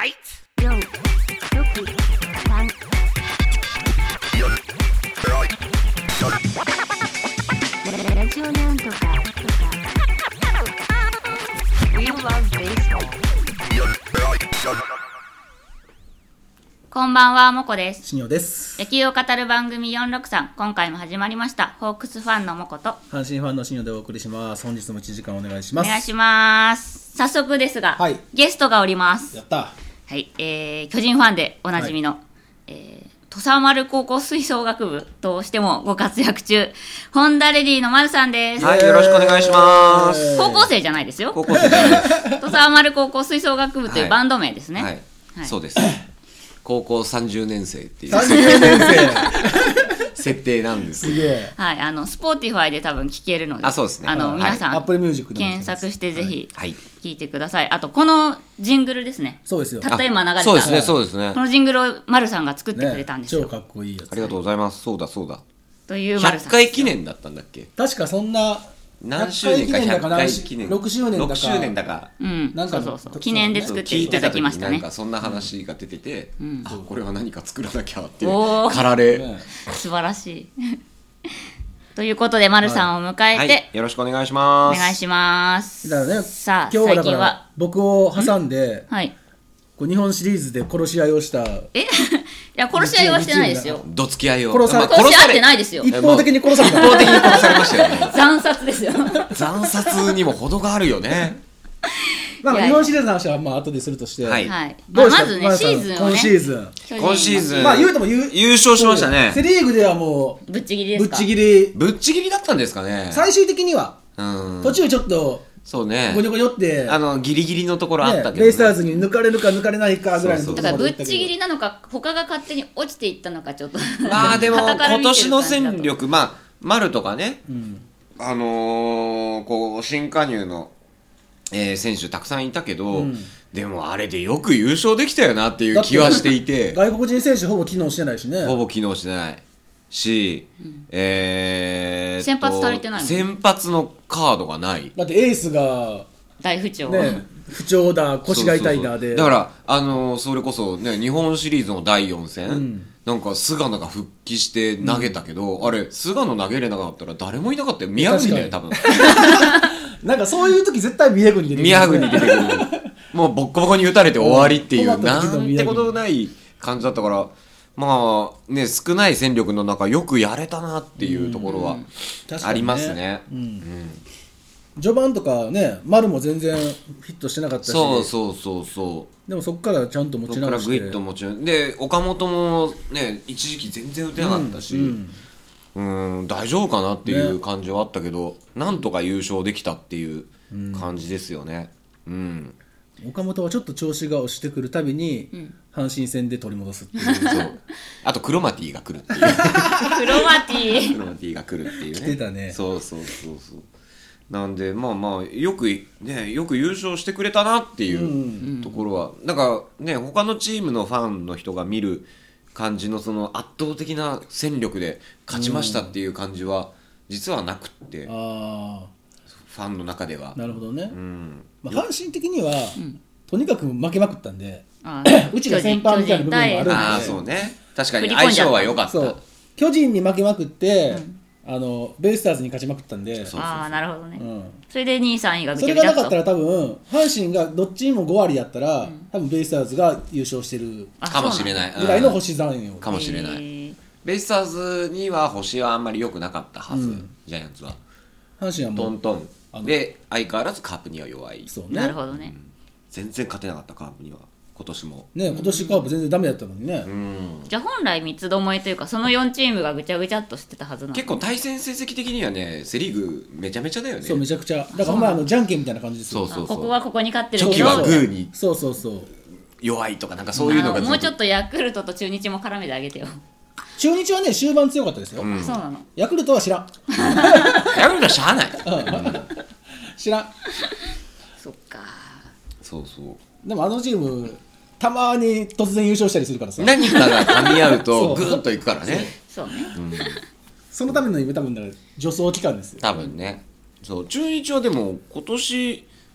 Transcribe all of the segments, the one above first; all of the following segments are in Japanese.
ラジオなんとかこんばんは、もこです。 しにょです。 野球を語る番組463、今回も始まりました。ホークスファンのもこと阪神ファンのしにょでお送りします。本日も1時間お願いします。 お願いします。早速ですが、 はい、 ゲストがおります。 やった。 はい、巨人ファンでおなじみの、土佐丸高校吹奏楽部としてもご活躍中、ホンダレディの丸さんです。 はい、よろしくお願いします。 高校生じゃないですよ。 高校生じゃないです。 土佐丸高校吹奏楽部というバンド名ですね。 はい、はい、そうです。高校30年生っていう 30年生設定なんです。 すげえ。 はい、スポーティファイで多分聞けるので、 そうですね。 皆さん、 アップルミュージックで検索してぜひ聞いてください。あとこのジングルですね。 そうですよ。 たった今流れた。 そうですね、そうですね。 このジングルを丸さんが作ってくれたんですよ。 超かっこいいやつ。 ありがとうございます。そうだそうだ。 という丸さん。 100回記念だったんだっけ？ 確かそんな。 何周年か100回記念 6周年だか 6周年だか、 なんかそう記念で作っていただきましたね。 なんかそんな話が出てて、これは何か作らなきゃっていうかられ、 素晴らしいということで丸さんを迎えて、 よろしくお願いします。 お願いします。 だからね、 さあ今日はだから僕を挟んで、こう日本シリーズで殺し合いをしたいや殺し合いはしてないですよ。 どつき合いを殺し合ってないですよ。 一方的に殺された。 一方的に殺されましたよね。 惨殺ですよ。 惨殺にも程があるよね。 まあ日本シリーズの話はまあ後でするとして、 はい。まずねシーズンをね。 今シーズンまあ言うても優勝しましたね。 セリーグではもうぶっちぎりですか。 ぶっちぎりだったんですかね。 最終的には途中ちょっとそうね。 ゴニョゴニョってギリギリのところあったけど、ね、 ベイスターズに抜かれるか抜かれないかぐらいのところだからぶっちぎりなのか他が勝手に落ちていったのかちょっとまあでも今年の戦力丸とかね、こう新加入の、選手たくさんいたけど、でもあれでよく優勝できたよなっていう気はしていて外国人選手ほぼ機能してないしね。 ほぼ機能してないし、 先発足りてないもん。 先発のカードがない。 だってエースが大不調、 不調だ、腰が痛いだで。 だからそれこそね日本シリーズの第4戦、なんか菅野が復帰して投げたけど、あれ菅野投げれなかったら誰もいなかったよ。宮國だよ多分。 なんかそういう時絶対宮國に出てくる。 宮國に出てくる。もうボッコボコに打たれて終わりっていう、なんてことない感じだったから、まあね、少ない戦力の中よくやれたなっていうところはありますね。 序盤とかね、丸も全然ヒットしてなかったし、 そうでもそこからちゃんと持ち直して、そこからグイッと持ち直して、で岡本もね一時期全然打てなかったし、大丈夫かなっていう感じはあったけど、なんとか優勝できたっていう感じですよね。 岡本はちょっと調子が落ちてくるたびに、阪神戦で取り戻すっていう。 そうあとクロマティが来るっていう。 クロマティが来るっていうね。 来てたね。 そうなんでまあよく優勝してくれたなっていうところは、なんかね他のチームのファンの人が見る感じのその圧倒的な戦力で勝ちましたっていう感じは実はなくって、ファンの中では。 なるほどね。阪神的にはとにかく負けまくったんで、うちが先輩みたいな部分もあるんで、 そうね、確かに相性は良かった。 巨人に負けまくって、ベイスターズに勝ちまくったんで、 なるほどね。それで2位3位がそれがなかったら多分阪神がどっちにも5割やったら、多分ベイスターズが優勝してるかもしれないぐらいの星残よかもしれない。ベイスターズには星はあんまり良くなかったはず、ジャイアンツは。 阪神はもうトントンで相変わらずカープには弱い。 なるほどね。 全然勝てなかったカープには今年もね、今年カープ全然ダメだったのにね。 じゃあ本来三つどもえというかその4チームがぐちゃぐちゃっとしてたはずなの。 結構対戦成績的にはねセリーグめちゃめちゃだよね。 そうめちゃくちゃだからじゃんけんみたいな感じですよ。 ここはここに勝ってるけどチョキはグーにそう弱いとかなんかそういうのがもうちょっとヤクルトと中日も絡めてあげてよ。 中日はね終盤強かったですよ。 そうなの。 ヤクルトは知らん。 ヤクルトはしゃあない。 知らん。 そっか。 そうでもチームたまに突然優勝したりするからさ、 何かが噛み合うとグーッといくからね。 そうね。 そのための今多分助走期間ですよ。 多分ね。そう中日はでも今年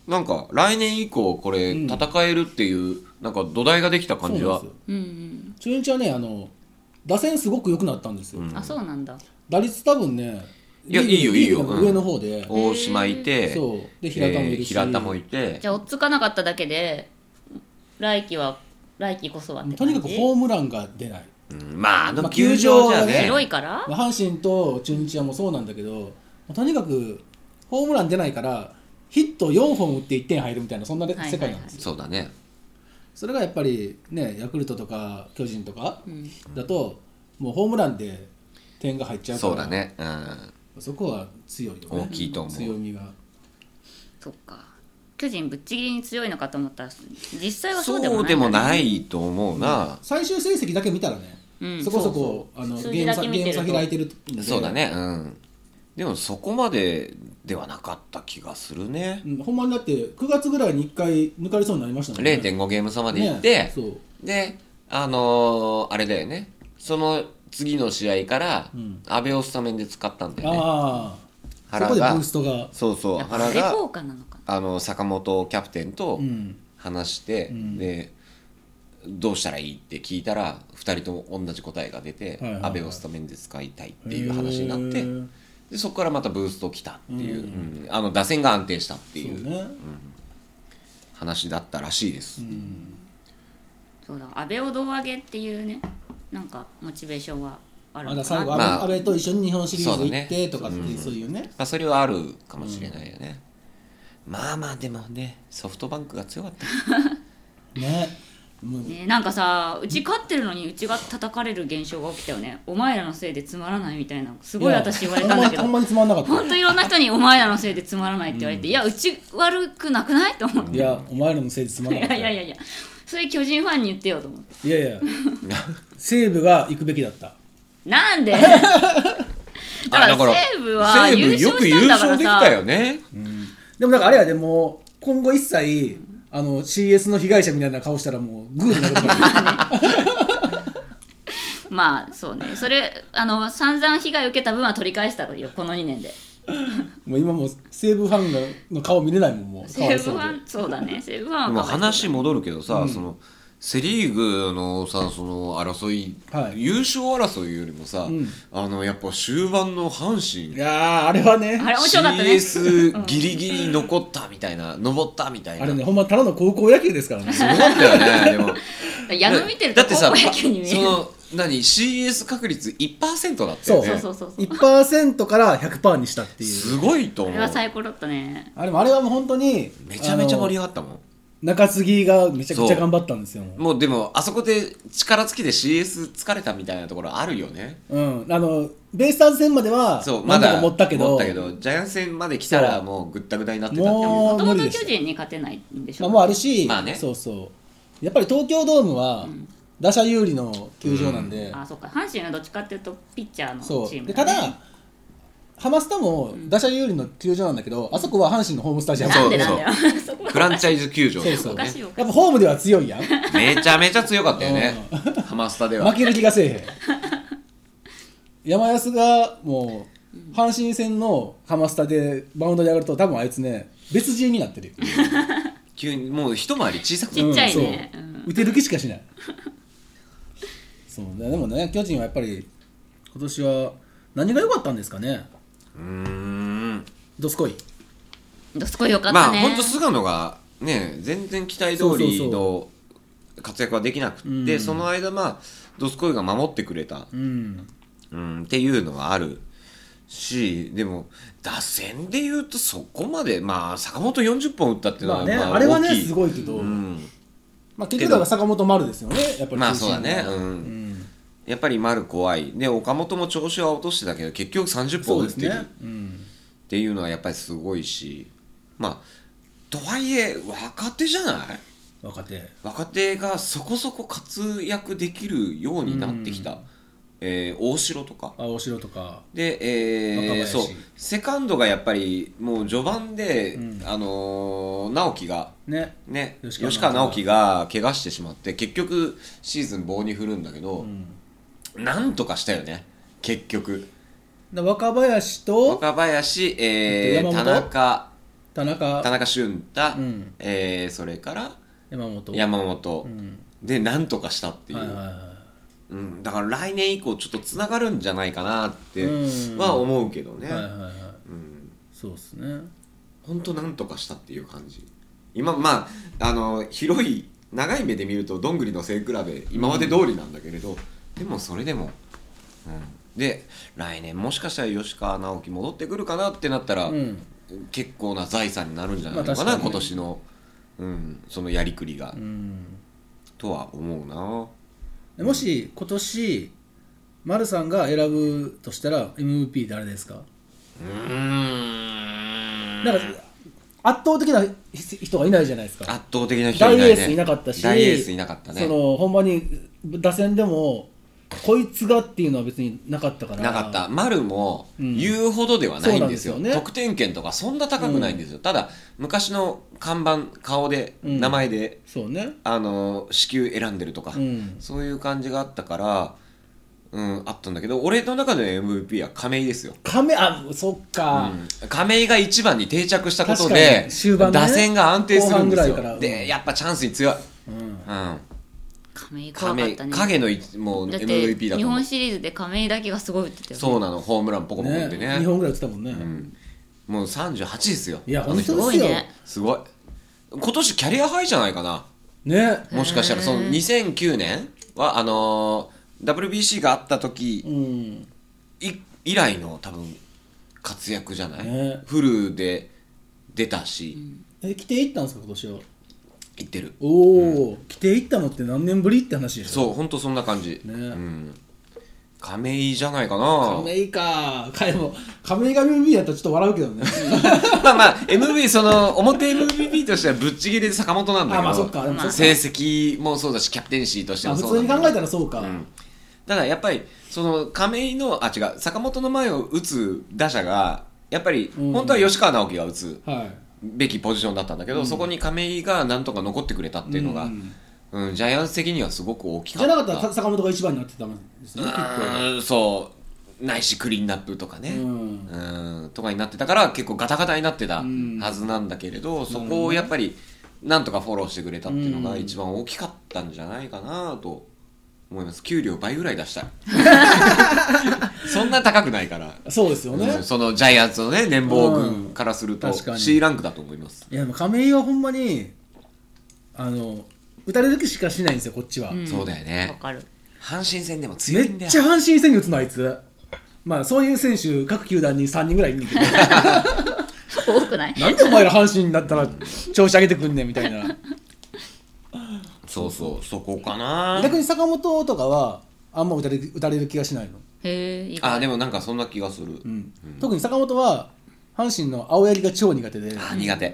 なんか来年以降これ戦えるっていうなんか土台ができた感じは、 そうなんですよ。中日はね打線すごく良くなったんですよ。 あ、そうなんだ。 打率多分ね、 いやいいよいいよ、 リーグの上の方で、 大島いて、 そうで平田もいるし、 平田もいて、 じゃあ追っつかなかっただけで来季こそはってとにかくホームランが出ない。 まああの球場じゃね、 広いから、 阪神と中日はもうそうなんだけど、とにかくホームラン出ないからヒット4本打って1点入るみたいな、そんな世界なんですよ。 そうだね。 それがやっぱりね、ヤクルトとか巨人とかだと、もうホームランで点が入っちゃうから、 そうだね、 そこは強いよね。 大きいと思う。 強みが。 そっか。巨人ぶっちぎりに強いのかと思ったら実際はそそうでもない、 うでもないと思うな、 最終成績だけ見たらね、そこそこゲーム差開いてるんで。 そうだね、でもそこまでではなかった気がするね、 ほんまにだって9月ぐらいに1回抜かれそうになりましたもんね。 0.5 ゲーム差までいって、 ね、そうであれだよね、その次の試合から阿部をスタメンで使ったんだよね、原がそこでブーストが、 そうそう、原あれが効果なのか坂本キャプテンと話して、でどうしたらいいって聞いたら2人とも同じ答えが出て、阿部をスタメンで使いたいっていう話になって、でそこからまたブースト来たっていう、打線が安定したっていう、 ね、 話だったらしいです、 そうだ、安倍を胴上げっていうね、なんかモチベーションはあるのかな。 最後、安倍と一緒に日本シリーズ行ってとかっていう、そういうね、 それはあるかもしれないよね、まあまあでもね、ソフトバンクが強かったね。 なんかさ、うち勝ってるのにうちが叩かれる現象が起きたよね。お前らのせいでつまらないみたいな、すごい私言われたんだけど、 ほんまにつまんなかった。 本当いろんな人にお前らのせいでつまらないって言われて、いやうち悪くなくないと思って、 いやお前らのせいでつまんなかった。 いやそれ巨人ファンに言ってよと思って。 いや西武が行くべきだった。 なんでだから西武は優勝したんだからさ、 よく優勝できたよね、 でもなんかあれやで、もう今後一切CS の被害者みたいな顔したらもうグーになるからまあそうね、それ散々被害を受けた分は取り返したよ、この2年で。 もう今もう西武ファンの顔見れないもん、もう西武ファン、そうだね、西武ファンはでも話戻るけどさ、そのセ・リーグのさ、その争い、優勝争いよりもさ、やっぱ終盤の阪神、 いやあれはね、 あれ面白かったね。 CS ギリギリ残ったみたいな、登ったみたいな、 あれね、ほんまただの高校野球ですからね。 すごかったよね。でも矢野見てると高校野球に見える。 そのCS 確率 1% だったよね。 そう 1% から 100% にしたっていう、 すごいと思う。 あれは最高だったね。 あれはもう本当にめちゃめちゃ盛り上がったもん。 中継ぎがめちゃくちゃ頑張ったんですよ。 もうでもあそこで力尽きで CS 疲れたみたいなところあるよね。 ベイスターズ戦まではまだ持ったけどジャイアンツ戦まで来たらもうぐったぐたになってたっていう。 もともと巨人に勝てないんでしょ。 もうあるし、 ね、 そうやっぱり東京ドームは打者有利の球場なんで、 あ、そうか、阪神はどっちかっていうとピッチャーのチーム、 でただハマスタも打者有利の球場なんだけど、あそこは阪神のホームスタジアム。 なんでなんだよフランチャイズ球場。 そうおかしいよ。 やっぱホームでは強いやん。 めちゃめちゃ強かったよねハマスタでは。 負ける気がせえへん。山安がもう阪神戦のハマスタでバウンドで上がると多分あいつね、別人になってるよ。 急にもう一回り小さくちっちゃいね、 打てる気しかしない。そうでもね、巨人はやっぱり今年は何が良かったんですかね。どすこいよかったね。 本当菅野がね、全然期待通りの活躍はできなくて、その間どすこいが守ってくれた、っていうのはあるし、でも打線でいうとそこまで坂本40本打ったっていうのはあれはねすごいけど、結局は坂本丸ですよね、やっぱり。 そうだね、やっぱり丸怖いで、岡本も調子は落としてたけど結局30本打ってるっていうのはやっぱりすごいし、とはいえ若手じゃない。若手がそこそこ活躍できるようになってきた、大城とかで、そうセカンドがやっぱりもう序盤で、直樹が吉川直樹が怪我してしまって結局シーズン棒に振るんだけど、なんとかしたよね結局。 若林、 田中、 田中俊太、 うんそれから山本山本、 うんでなんとかしたっていう、 はいはいはいだから来年以降ちょっとつながるんじゃないかなってうんは思うけどね、 はいはいはいそうですねほんとなんとかしたっていう感じ。今広い長い目で見るとどんぐりの背比べ今まで通りなんだけれど、でもそれでも、で来年もしかしたら吉川直樹戻ってくるかなってなったら、 うん結構な財産になるんじゃないのかな、 まあ確かに今年の、そのやりくりが、 うんとは思うな。 もし今年丸さんが選ぶとしたら MVP 誰ですか？なんか圧倒的な人がいないじゃないですか。 圧倒的な人いないね。 大エースいなかったし、 大エースいなかったね。 そのほんまに打線でもこいつがっていうのは別になかったから。 なかった。丸もうん言うほどではないんですよ。 そうなんですよね得点圏とかそんな高くないんですよ。ただ昔の看板顔で、名前でそうね。 支給選んでるとか、 うんそういう感じがあったから、あったんだけど、俺の中での MVP は亀井ですよ。 そっか、 亀井が一番に定着したこと確かで、 に終盤ね打線が安定するんですよ。 後半ぐらいからでやっぱチャンスに強い。 亀井怖かったね。 影のもうだって MVP だと思う。 日本シリーズで亀井だけがすごい打ってたよね。 そうなの、ホームランポコポコってね。 2本ぐらい打ってたもんね、 もう38ですよ。 いや本当ですすよごいね。 すごい。今年キャリアハイじゃないかな。 ねもしかしたらその2009年はWBC があった時うん以来の多分活躍じゃない、 ねフルで出たし、 規定いったんですか今年は？ いってる。 おお、規定いったのって何年ぶりって話でしょ？ そう、ほんとそんな感じ、 ね亀井じゃないかな。 亀井か。亀井が MVP やったらちょっと笑うけどねまあ MV その表 MVP としてはぶっちぎりで坂本なんだけど、 まあそっかでもそっか成績もそうだしキャプテンシーとしても普そうなんだけど、 通に考えたらそうか、 ただやっぱりその亀井の坂本の前を打つ打者がやっぱり本当は吉川直樹が打つはいべきポジションだったんだけど、そこに亀井がなんとか残ってくれたっていうのが、ジャイアンツ的にはすごく大きかった。 じゃなかったら坂本が一番になってたんですねきっと。 そうないしクリーンナップとかね、とかになってたから結構ガタガタになってたはずなんだけれど、そこをやっぱりなんとかフォローしてくれたっていうのが一番大きかったんじゃないかなと思います。給料倍ぐらい出したいそんな高くないから。 そうですよね、 そのジャイアンツのね年俸軍からすると確かに C ランクだと思います。 いやでも亀井はほんまに打たれる気しかしないんですよこっちは、 そうだよね。 わかる。 阪神戦でも強いんだよ。 めっちゃ阪神戦に打つのあいつ。まあそういう選手各球団に3人ぐらいいるんだけど多くない？ なんでお前ら阪神になったら調子上げてくんねんみたいな。 そうそうそこかな。 逆に坂本とかはあんま打たれる気がしないの、 へえ、いいか。 でもなんかそんな気がする。 特に坂本は阪神の青柳が超苦手で、 苦手。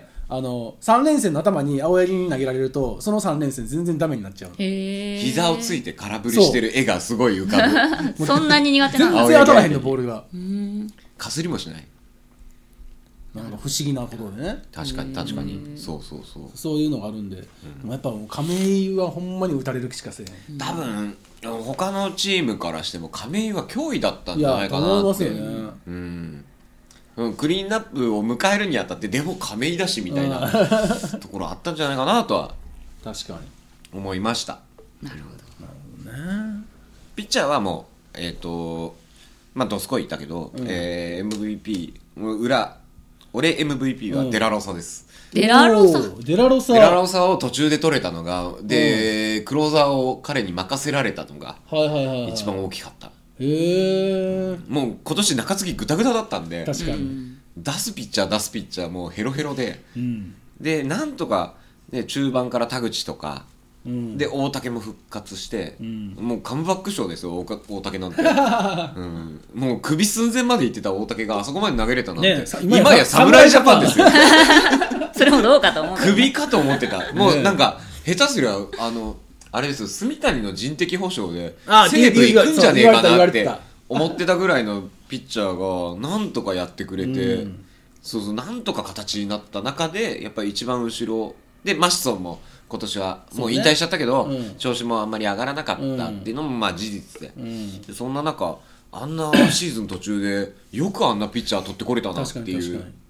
3連戦の頭に青柳に投げられるとその3連戦全然ダメになっちゃうの。 へえ。 膝をついて空振りしてる絵がすごい浮かぶ。 そんなに苦手な全の？ 然当たらへんのボールが。 かすりもしない。 なんか不思議なことでね。 確かに確かに。そうそうそう。 そういうのがあるんで、でもやっぱもう亀井はほんまに打たれる気しかせえへん。 多分他のチームからしても亀井は脅威だったんいやじゃないかと思いますなって。 よね。 クリーンナップを迎えるにあたってでも亀井だしみたいなところあったんじゃないかなとは確かに。 思いました。 なるほど。 ピッチャーはもうドスコイ言ったけど、MVP 俺 MVP はデラロサです、 デラロサ。 デラロサ。 デラロサを途中で取れたのがで、クローザーを彼に任せられたのがはいはいはいはい。 一番大きかった。 へえ。 もう今年中継ぎグダグダだったんで、 確かに。 出すピッチャーもうヘロヘロで、 うん。 でなんとか、ね、中盤から田口とか、 うん。 で大竹も復活して、 んもうカムバック賞ですよ大竹なんて、もう首寸前まで行ってた大竹があそこまで投げれたなんて、 ね今や侍ジャパンですよそれもどうかと思うけどね。 首かと思ってた。もうなんか下手すりゃあれですよ、住谷の人的保障で西武行くんじゃねえかなって言われた思ってたぐらいのピッチャーがなんとかやってくれて、そうなんとか形になった中でやっぱり一番後ろでマシソンも今年はもう引退しちゃったけど、調子もあんまり上がらなかったっていうのもまあ事実で、でそんな中あんなシーズン途中でよくあんなピッチャー取ってこれたなっていう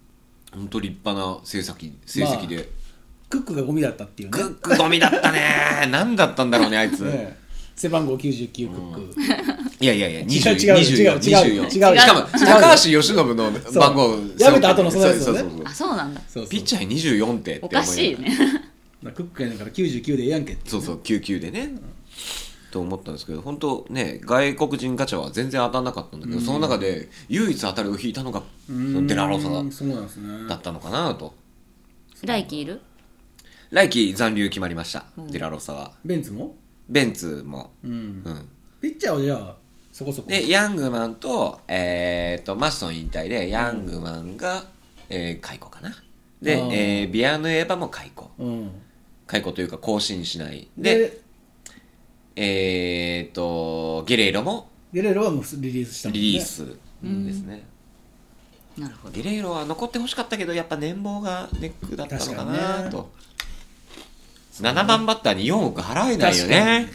ほんと立派な成績で、 クックがゴミだったっていうね。 クックゴミだったね何だったんだろうねあいつ、 ね背番号99クック。 いや違う 24しかも高橋由伸の番号やめた後のそのやつよね。 あ、そうなんだ。 そうそうピッチャー24っておかしいね。 クックやねんから99でええやんけって。 そう99でね、と思ったんですけど、本当ね外国人ガチャは全然当たんなかったんだけど、その中で唯一当たりを引いたのがそのデラロサそうなんですね。 だったのかなと。 来季いる？ 来季残留決まりました、デラロサは。 ベンツもベンツも、 ピッチャーはじゃあそこそこでヤングマンとマストン引退でヤングマンが、解雇かなで、ビアヌエバも解雇、解雇というか更新しないでゲレーロもゲレーロはもうリリースしたもんね。 リリースですね、 なるほど。 ゲレーロは残ってほしかったけどやっぱ年俸がネックだったのかなと、7番バッターに4億払えないよね。 なる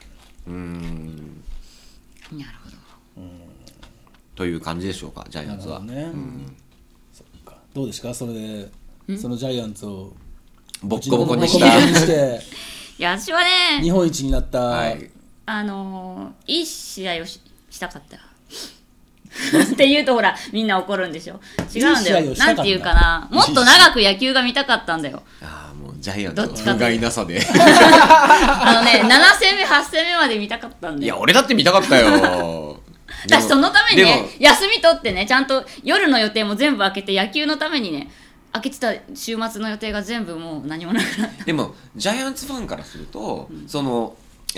ほど。 という感じでしょうか、ジャイアンツは。 ね、そっか。どうですかそれでそのジャイアンツをボッコボコにしボコボコにしていや、私はね、 日本一になった、 はい、 いい試合をしたかったよって言うとほらみんな怒るんでしょ。違うんだよ。なんていうかな、もっと長く野球が見たかったんだよ。 ああ、もうジャイアンツの不甲斐なさで 7戦目8戦目まで見たかったんだよ。 いや俺だって見たかったよ私そのためにね休み取ってね、ちゃんと夜の予定も全部開けて野球のためにね開けてた週末の予定が全部もう何もなくなった。 でもジャイアンツファンからすると、その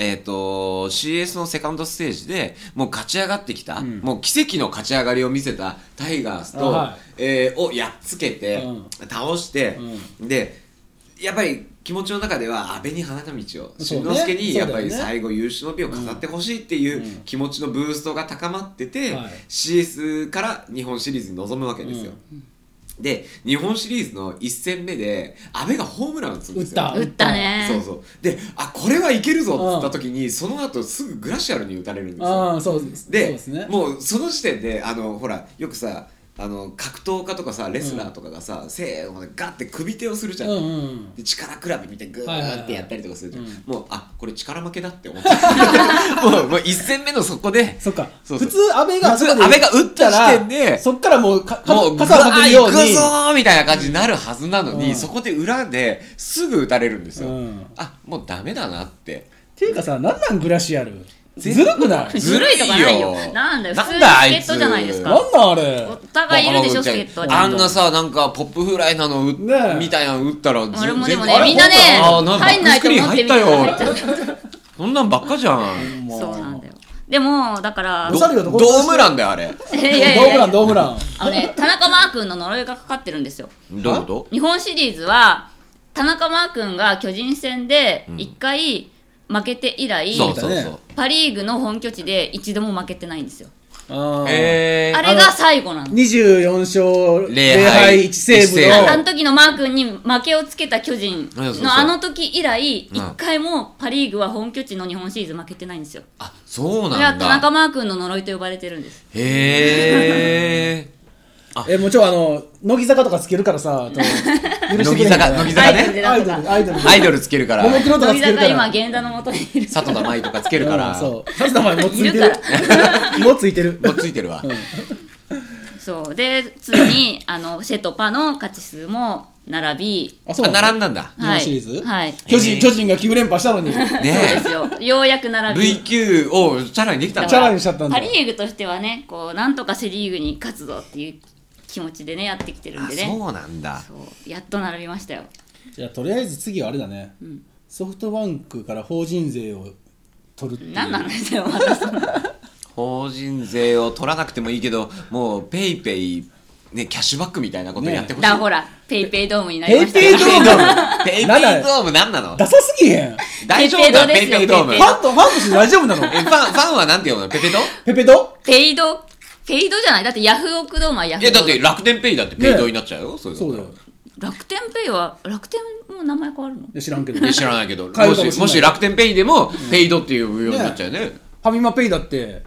CS のセカンドステージでもう勝ち上がってきた、もう奇跡の勝ち上がりを見せたタイガースと、をやっつけて、倒して、でやっぱり気持ちの中では阿部に花道を慎之介にやっぱり最後優秀の美を飾ってほしいっていう気持ちのブーストが高まってて、CS から日本シリーズに臨むわけですよ。で日本シリーズの1戦目で阿部がホームラン打つんですよ。 打ったね。 そうそうで、これはいけるぞっつった時に、その後すぐグラシアルに打たれるんですよ。 そうです。 で、 そうですね、 もうその時点でほらよくさ格闘家とかさレスラーとかがさ、せーのでガッて首手をするじゃん、で力比べ見てグーってやったりとかするじゃん、もうこれ力負けだって思ってもう1戦目のそこでそっかそう普通阿部が打った時点でそっからもうもう傘をかけるように行くぞーみたいな感じになるはずなのに、そこで裏ですぐ打たれるんですよ、もうダメだなっていうかさ、なんなんグラシアルずるくない？ ずるいとかないよ。なんだよ、普通に助っ人じゃないですか。 なんなんあれ。 お互いいるでしょ、助っ人は。 あんなさ、なんかポップフライなのみたいなの打ったら俺もでもね、みんなね入んないと思ってみたら入っちゃう。 そんなんばっかじゃん。 そうなんだよ。でもだからドームランだよあれ。 ドームラン。 田中マー君の呪いがかかってるんですよ。 どういうこと？ 日本シリーズは田中マー君が巨人戦で1回負けて以来、パリーグの本拠地で一度も負けてないんですよ。あれが最後なんです。 24勝0敗1セーブのあの時のマー君に負けをつけた巨人のあの時以来1回もパリーグは本拠地の日本シリーズ負けてないんですよ。 あ、そうなんだ。 それは田中マー君の呪いと呼ばれてるんです。 へーもちろん乃木坂とかつけるからさ乃木坂ねアイドルつけるからももクロとかつけるから今源田の元にいる里田舞とかつけるからそう里田舞もついてるもついてるもついてるわそうでついにシェとパの勝ち数も並び並んだんだ日本シリーズはい巨人が9連覇したのにそうですよようやく並び V 級をチャラにできたんだチャラにしちゃったんだパリーグとしてはねこうなんとかセリーグに勝つぞっていう気持ちでねやってきてるんでね。 そうなんだ。 そうやっと並びましたよ。 じゃあとりあえず次はあれだね、ソフトバンクから法人税を取るっていう。 何なんですよまたその法人税を取らなくてもいいけどもうペイペイねキャッシュバックみたいなことやってほしい。 だほらペイペイドームになりました。 ペイペイドームペイペイドーム何なの？ ダサすぎへん。 大丈夫だペイペイドーム。 ファンとして大丈夫なの？ ファンはなんて呼ぶの？ペペド？ ペペド？ ペイドじゃない？だってヤフオクドームはヤフオク。 いやだって楽天ペイだってペイドになっちゃうよ。そうだよ。 楽天ペイは楽天も名前変わるの？ 知らんけど。 知らないけどもし楽天ペイでもペイドっていうようになっちゃうね。 ファミマペイだって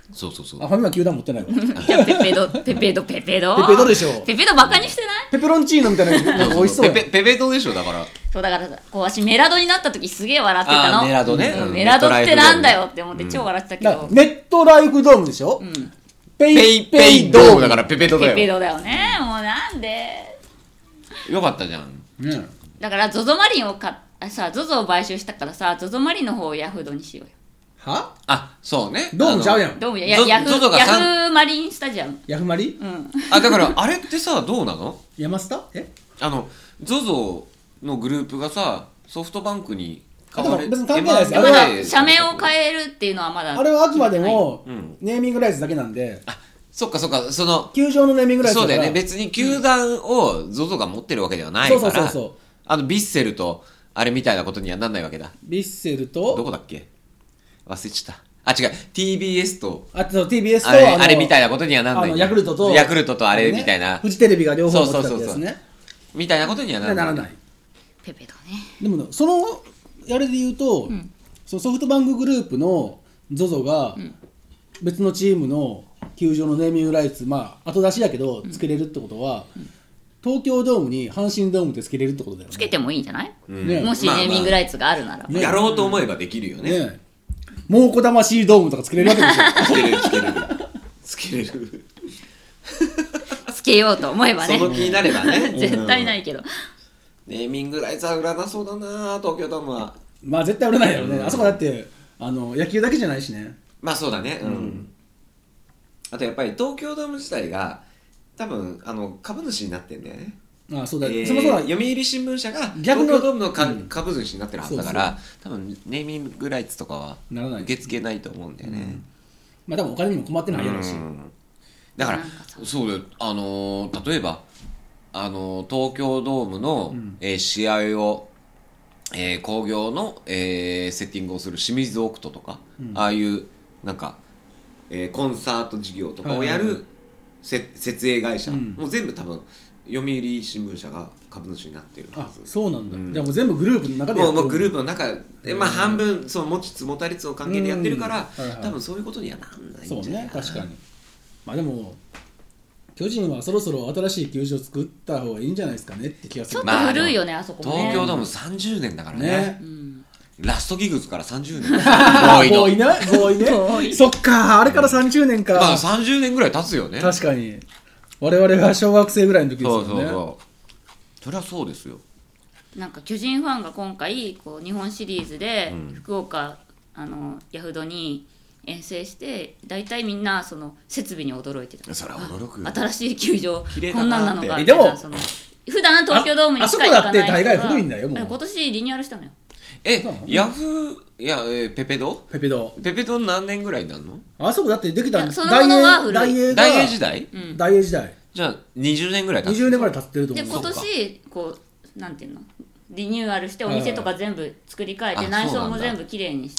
そうそうそう。 ファミマ球団持ってないわ。 じゃあペペドでしょ。ペペドバカにしてない？ ペペロンチーノみたいな美味しそう。 ペペドでしょだから。 そうだからこう私メラドになった時すげえ笑ってたの。 メラドね。 メラドってなんだよって思って超笑ってたけど。 ネットライフドームでしょ。 ペイペイドームだからペペドだよ。 ペペドだよね。もうなんで。 よかったじゃん。 だからゾゾマリンをさ、ゾゾを買収したからさ、ゾゾマリンの方をヤフードにしようよ。 は？ あ、そうね。 ドームちゃうやん。 ドームヤフーマリンスタジアム。 ヤフマリ？ だからあれってさ、どうなの？ ヤマスタ？ ゾゾのグループがさ、ソフトバンクに変われ別に関係ないです。 まだ社名を変えるっていうのはまだ。 あれはあくまでもネーミングライツだけなんで。 そっか球場のネーミングライツそうだよね。別に球団を ZOZO が持ってるわけではないから、 そうヴィッセルとあれみたいなことにはなんないわけだ。 ヴィッセルとどこだっけ忘れちゃった。違う TBS と TBS とあれみたいなことにはなんない。 ヤクルトとあれみたいな、 フジテレビが両方持ってたんですね。 みたいなことにはならない。 ペペだね。 でもそのあれで言うと、そのソフトバンクグループの ZOZO が別のチームの球場のネーミングライツ、後出しだけどつけれるってことは、東京ドームに阪神ドームでつけれるってことだよね。 つけてもいいんじゃない？もしネーミングライツがあるなら。 やろうと思えばできるよね。 蒙古魂ドームとかつけれるわけでしょ。 つけれる。 つけようと思えばね。 その気になればね。 絶対ないけど。 ネーミングライツは売らなそうだな、東京ドームは。 絶対売らないよね。あそこだって野球だけじゃないしね。 そうだね。あとやっぱり東京ドーム自体が多分株主になってんだよね。 そうだ。 読売新聞社が東京ドームの株主になってるはずだから、多分ネーミングライツとかは受け付けないと思うんだよね。 多分お金にも困ってないやろうし。 だからそうだよ。例えば東京ドームの試合を興行のセッティングをする清水オクトとか、ああいうなんかコンサート事業とかをやる設営会社、もう全部多分読売新聞社が株主になってるはず。 そうなんだ。じゃあもう全部グループの中でやってる。 もうグループの中で半分その持ちつ持たれつの関係でやってるから、多分そういうことにはなんないんじゃないかな。 そうね、確かに。でも巨人はそろそろ新しい球場を作った方がいいんじゃないですかねって気がする。 ちょっと古いよね、あそこね。 東京ドーム30年だからね。ラストギグズから30年。 ボーイね。そっか、あれから30年か。 30年ぐらい経つよね。 確かに。我々が小学生ぐらいの時ですよね。 そりゃそうですよ。 なんか巨人ファンが今回日本シリーズで福岡ヤフドに遠征して大体みんなその設備に驚いてた。 それは驚く。 新しい球場こんなんなのか。 でも普段東京ドームにしか行かない。 あそこだって大概古いんだよ。もう今年リニューアルしたのよ。 ヤフーペペド何年ぐらいになるの？ あそこだってできたそのものは古い。 大英時代？ 大英時代。 じゃあ20年ぐらい経ってる。 20年ぐらい経ってると思う。 で今年なんていうのリニューアルしてお店とか全部作り変えて内装も全部きれいにして。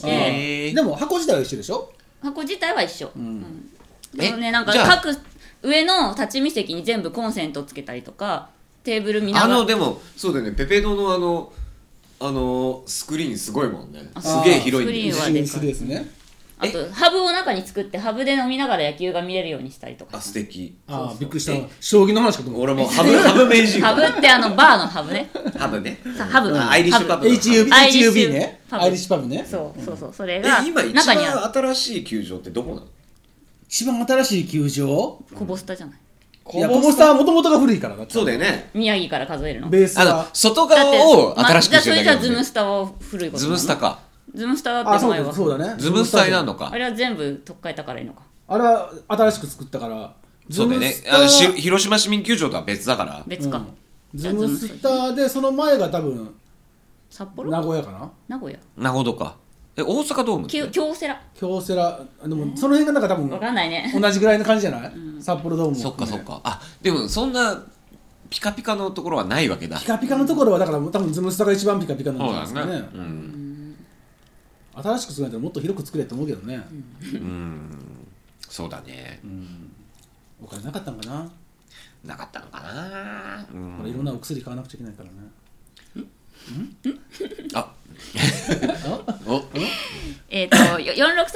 でも箱自体は一緒でしょ？ 箱自体は一緒。でもね、なんか各上の立ち見席に全部コンセントつけたりとかテーブル見ながらでもそうだよね、ペペドのスクリーンすごいもんね。すげえ広いんスクリーンはでかいですね。 あとハブを中に作ってハブで飲みながら野球が見れるようにしたりとか。 素敵。 びっくりした。将棋の話かと思った。 俺もハブ名人。 ハブってバーのハブね。 ハブね。 ハブ。 アイリッシュパブ。 HUB ね。アイリッシュパブね。 そうそれが今一番新しい球場ってどこなの？ 一番新しい球場？ コボスタじゃない。 いや、コボスタはもともとが古いからだって。 そうだよね。 宮城から数えるの。 ベースは外側を新しくしてるだけだもんね。 それじゃズムスタは古いことなの？ ズムスタか。 ズムスタだって前は。 そうだね。 ズムスタになるのか。 あれは全部取っ替えたからいいのか。 あれは新しく作ったから。 そうだよね。広島市民球場とは別だから。 別か。 ズムスタでその前が多分札幌？ 名古屋かな？ 名古屋。 なるほどか。大阪ドームって京セラ。 京セラ。でもその辺がなんか多分分かんないね。 同じぐらいの感じじゃない？札幌ドームも。 そっかそっか。でもそんなピカピカのところはないわけだ。 ピカピカのところはだから多分ズムスタが一番ピカピカなんですかね。新しく作られたらもっと広く作れって思うけどね。 そうだね。 お金なかったんかな。 なかったのかな。 これいろんなお薬買わなくちゃいけないからね。463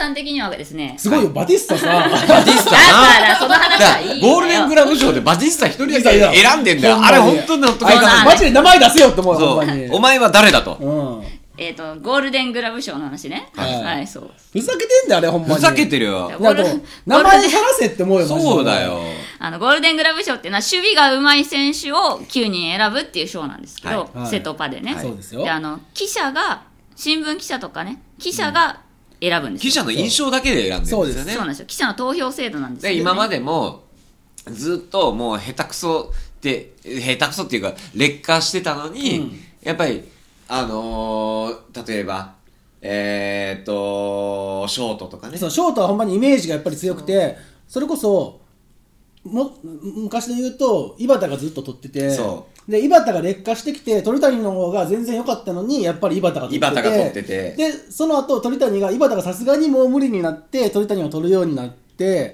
さん的にはですね、 すごいよバティスタさバティスタなだからその話はいいゴールデングラブ賞でバティスタ一人だけ選んでんだよ。あれ本当に納得いかない。 マジで名前出せよって思う。 そうお前は誰だと。 ゴールデングラブ賞の話ね。はい、そう。 ふざけてんだよあれほんまに。 ふざけてるよ。 名前さらせって思うよ。 そうだよ。 ゴールデングラブ賞っていうのは守備が上手い選手を9人選ぶっていう賞なんですけど、セトパでね。 そうですよ。 で記者が新聞記者とかね記者が選ぶんですよ。 記者の印象だけで選んでるんですよね。 そうなんですよ。記者の投票制度なんですけど、ね、 で今までもずっともう下手くそっていうか劣化してたのに、やっぱり例えばショートとかね。 そうショートはほんまにイメージがやっぱり強くて、それこそ昔で言うと井端がずっと取ってて、で井端が劣化してきて鳥谷の方が全然良かったのにやっぱり井端が取ってて、でその後鳥谷が井端がさすがにもう無理になって鳥谷が取るようになって、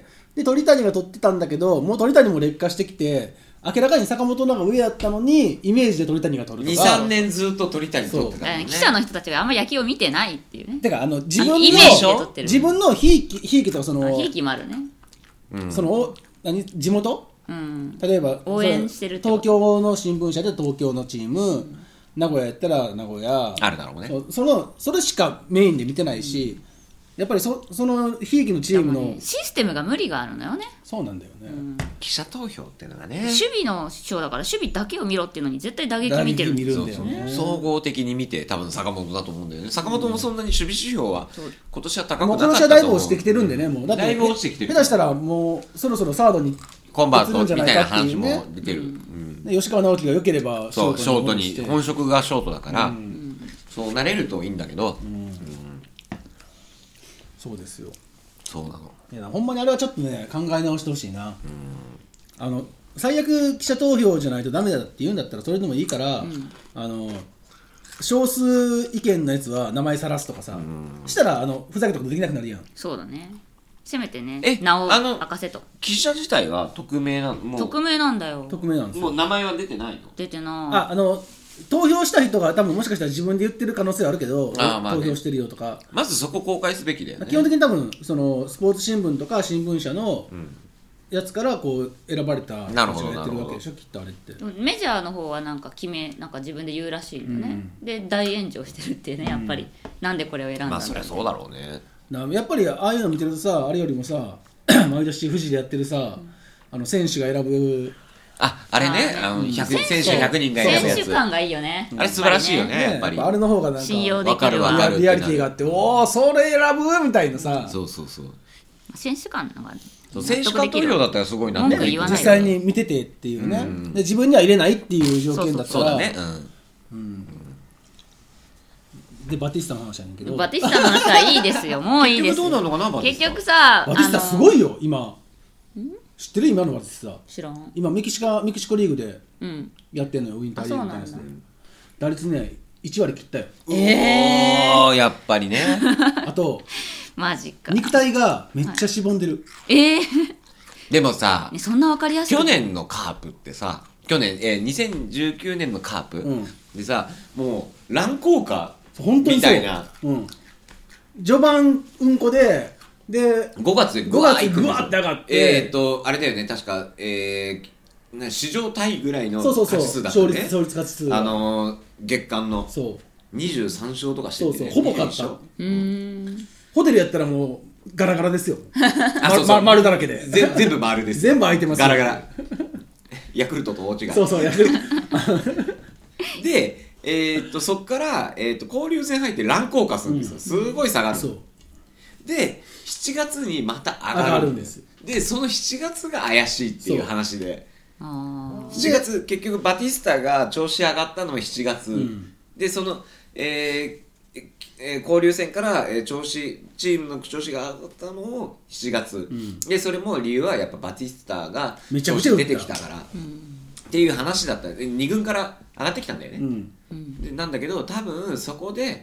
で鳥谷が取ってたんだけどもう鳥谷も劣化してきて明らかに坂本の方が上だったのにイメージで鳥谷が取るとか 2,3 年ずっと鳥谷取ってたからね。 記者の人たちがあんまり野球を見てないっていうね。 てか自分のひいきとかそのひいきもあるね、 その地元、例えば応援してる東京の新聞社で東京のチーム、名古屋やったら名古屋あるだろうね。 それしかメインで見てないし、やっぱりそのひいきのチームのシステムが無理があるのよね。 そうなんだよね、 記者投票っていうのがね、 守備の賞だから守備だけを見ろっていうのに絶対打撃見てるんだよね。 総合的に見て多分坂本だと思うんだよね。坂本もそんなに守備指標は今年は高くなかったと思う。 今年はだいぶ落ちてきてるんでね、もうだってだいぶ落ちてきてる。 下手したらもうそろそろサードにコンバートみたいな話も出てる、 吉川直樹が良ければショートに本職がショートだから、そうなれるといいんだけど、 そうですよ。 そうなの。 いやほんまにあれはちょっとね考え直してほしいな。最悪記者投票じゃないとダメだって言うんだったらそれでもいいから、少数意見のやつは名前さらすとかさ、したらふざけたことできなくなるやん。 そうだね。せめてね名を明かせと。 記者自体は匿名なの？ 匿名なんだよ。 匿名なんですよ。 もう名前は出てないの？ 出てない。 投票した人が多分もしかしたら自分で言ってる可能性はあるけど、投票してるよとかまずそこ公開すべきだよね。 基本的に多分そのスポーツ新聞とか新聞社のやつからこう選ばれた人がやってるわけでしょ、きっとあれって。 メジャーの方はなんか自分で言うらしいのね、で大炎上してるっていうね、やっぱり、なんでこれを選んだんだろう。 そりゃそうだろうね。 やっぱりああいうの見てるとさ、あれよりもさ毎年富士でやってるさ、選手が選ぶあれね、選手100人が選ぶやつ、 選手感がいいよね。 あれ素晴らしいよね、やっぱり。 あれの方がなんか信用できるわかるリアリティがあって、おおそれ選ぶみたいなさ。 そう選手間のが選手間投票だったらすごいな、 実際に見ててっていうね、で自分には入れないっていう条件だったら、そうだね。でバティスタの話やねんけど、 バティスタの話はいいですよ。もういいです。 どうなのかな、バティスタ。 結局さ、 バティスタすごいよ今。知ってる？今のバティスタ。 知らん。 今メキシコリーグでやってんのよ、ウィンターリーグみたいなやつで。打率ね1割切ったよ。 やっぱりね。 あとマジか。 肉体がめっちゃしぼんでる。 でもさ、 そんなわかりやすい。 去年のカープってさ、2019年のカープでさ、もう乱高下みたいな。 序盤うんこで 5月でぐわって上がって、 あれだよね、確か史上タイぐらいの勝ち数だったね。 勝率勝ち数月間の23勝とかしててね、 ほぼ勝った。ホテルやったらもうガラガラですよ。丸だらけで全部丸です。 全部空いてます。 ガラガラ。ヤクルトと大違い。 そうヤクルトでそっから交流戦入って乱高下するんですよ。すごい下がる。で7月にまた上がるんです。でその7月が怪しいっていう話で、7月結局バティスタが調子上がったのも7月、でその、交流戦からチームの調子が上がったのも7月、でそれも理由はやっぱバティスタが調子出てきたからっていう話だった。2軍から上がってきたんだよね、でなんだけど多分そこで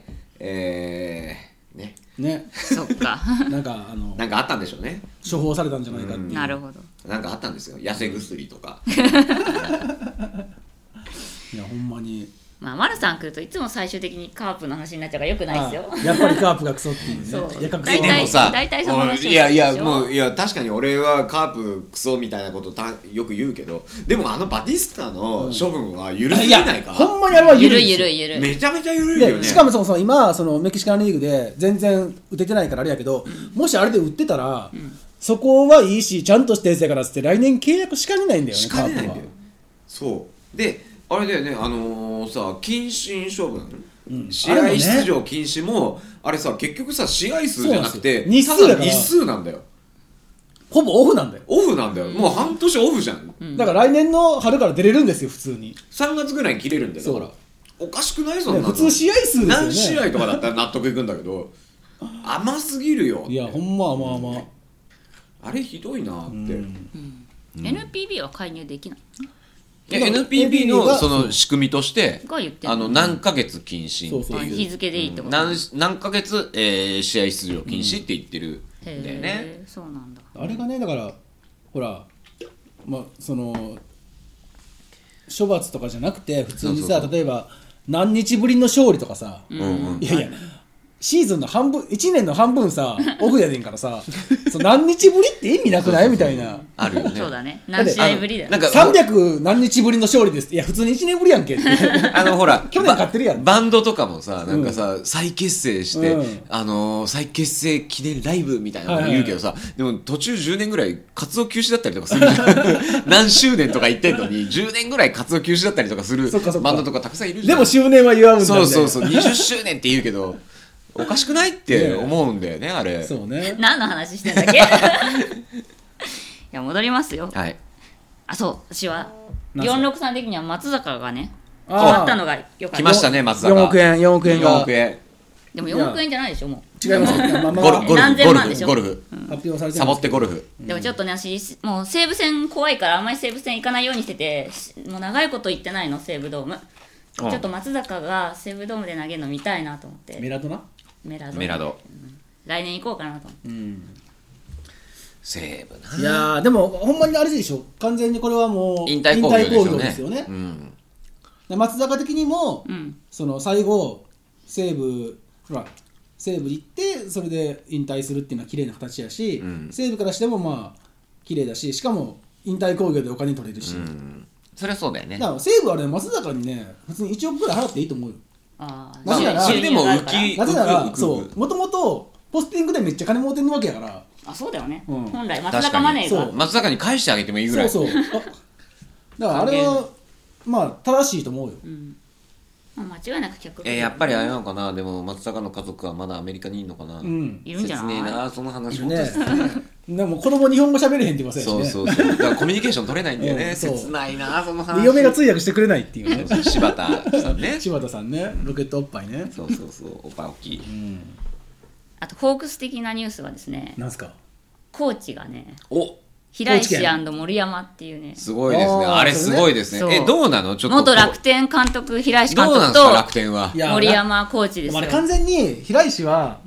そっかなんかあったんでしょうね。 処方されたんじゃないかっていう、 なるほど。 なんかあったんですよ、痩せ薬とか。 いやほんまにまあ、丸さん来るといつも最終的にカープの話になっちゃうからよくないですよ。 やっぱりカープがクソっていうね。 そういや大体でもさ大体その話をするでしょ。 いや確かに俺はカープクソみたいなことよく言うけど、でもバティスタの処分は緩すぎないか、 ほんまにあれは緩い。 ゆるいめちゃめちゃ緩いよね。 しかもそも今そのメキシカンリーグで全然打ててないからあれやけど、もしあれで打ってたら、そこはいいしちゃんとしてるせからつって来年契約しかねないんだよね。 しかねないんだよ。そうであれだよね、さ謹慎処分、試合出場禁止もあれさ結局さ試合数じゃなくて日数だから日数なんだよ。 ほぼオフなんだよ。 オフなんだよ、もう半年オフじゃん、 だから来年の春から出れるんですよ普通に。 3月ぐらいに切れるんだよ。だからおかしくないそんなの、 普通試合数ですよね。 何試合とかだったら納得いくんだけど甘すぎるよ。 いやほんま甘あれひどいなって、 NPB は介入できない。 NPB のその仕組みとしてが言ってんの何ヶ月禁止っていう日付でいいってこと。 何ヶ月、試合出場禁止って言ってるんだよね。 そうなんだ。 あれがねだからほらまあその処罰とかじゃなくて普通にさ、例えば何日ぶりの勝利とかさ、いやいやシーズンの半分1年の半分さオフやねんからさそう何日ぶりって意味なくないみたいな。 あるよね。 そうだね。何試合ぶりだよ。 なんか 300何日ぶりの勝利です。いや普通に1年ぶりやんけってほら去年勝ってるやん。 バンドとかもさなんかさ、再結成して、再結成記念ライブみたいなの言うけどさ、でも途中10年ぐらい活動休止だったりとかするじゃん何周年とか言ってんのに10年ぐらい活動休止だったりとかするバンドとかたくさんいるじゃん。 でも周年は祝うんだそう20周年って言うけどおかしくないって思うんだよねあれ。 そうね。 何の話してんだっけいや戻りますよ。 はい。 そう私は463的には松坂がね決まったのがよかった。 来ましたね松坂。 4億円が 4億円。 でも4億円じゃないでしょもう。 違います。 何千万でしょ。 ゴルフ発表されてサボってゴルフ。 でもちょっとね私もう西武戦怖いからあんまり西武戦行かないようにしてて、もう長いこと行ってないの西武ドーム。ちょっと松坂が西武ドームで投げるの見たいなと思って。 メラド、 来年行こうかなと思って、 西武な。 いやでもほんまにあれでしょ、完全にこれはもう引退興行ですよね。 松坂的にも、その最後西武行ってそれで引退するっていうのは綺麗な形やし、西武からしてもまあ綺麗だし、しかも引退興行でお金取れるし、 それはそうだよね。 だから西武はね松坂にね普通に1億ぐらい払っていいと思うよ。 なぜならそれでも浮なぜならそうもともとポスティングでめっちゃ金儲てるわけやから。 そうだよね、本来松坂マネーが松坂に返してあげてもいいぐらい。 そうだからあれはまあ正しいと思うよ。 間違いなく客やっぱりあれなのかな。でも松坂の家族はまだアメリカにいるのかな。 いるんじゃない。 切ねえなその話も。 でも子供日本語喋れへんって言いますよね。 そうだからコミュニケーション取れないんだよね。切ないなその話。 嫁が通訳してくれないっていうね。 柴田さんね。 柴田さんね、ロケットおっぱいね。 そうおっぱい大きい。 あとホークス的なニュースはですね、 なんすか。 コーチがね、 お平石&森山っていうね、 すごいですね。あれすごいですね。どうなの。ちょっと元楽天監督平石監督とどうなんですか楽天は。 森山コーチですよ。 完全に平石は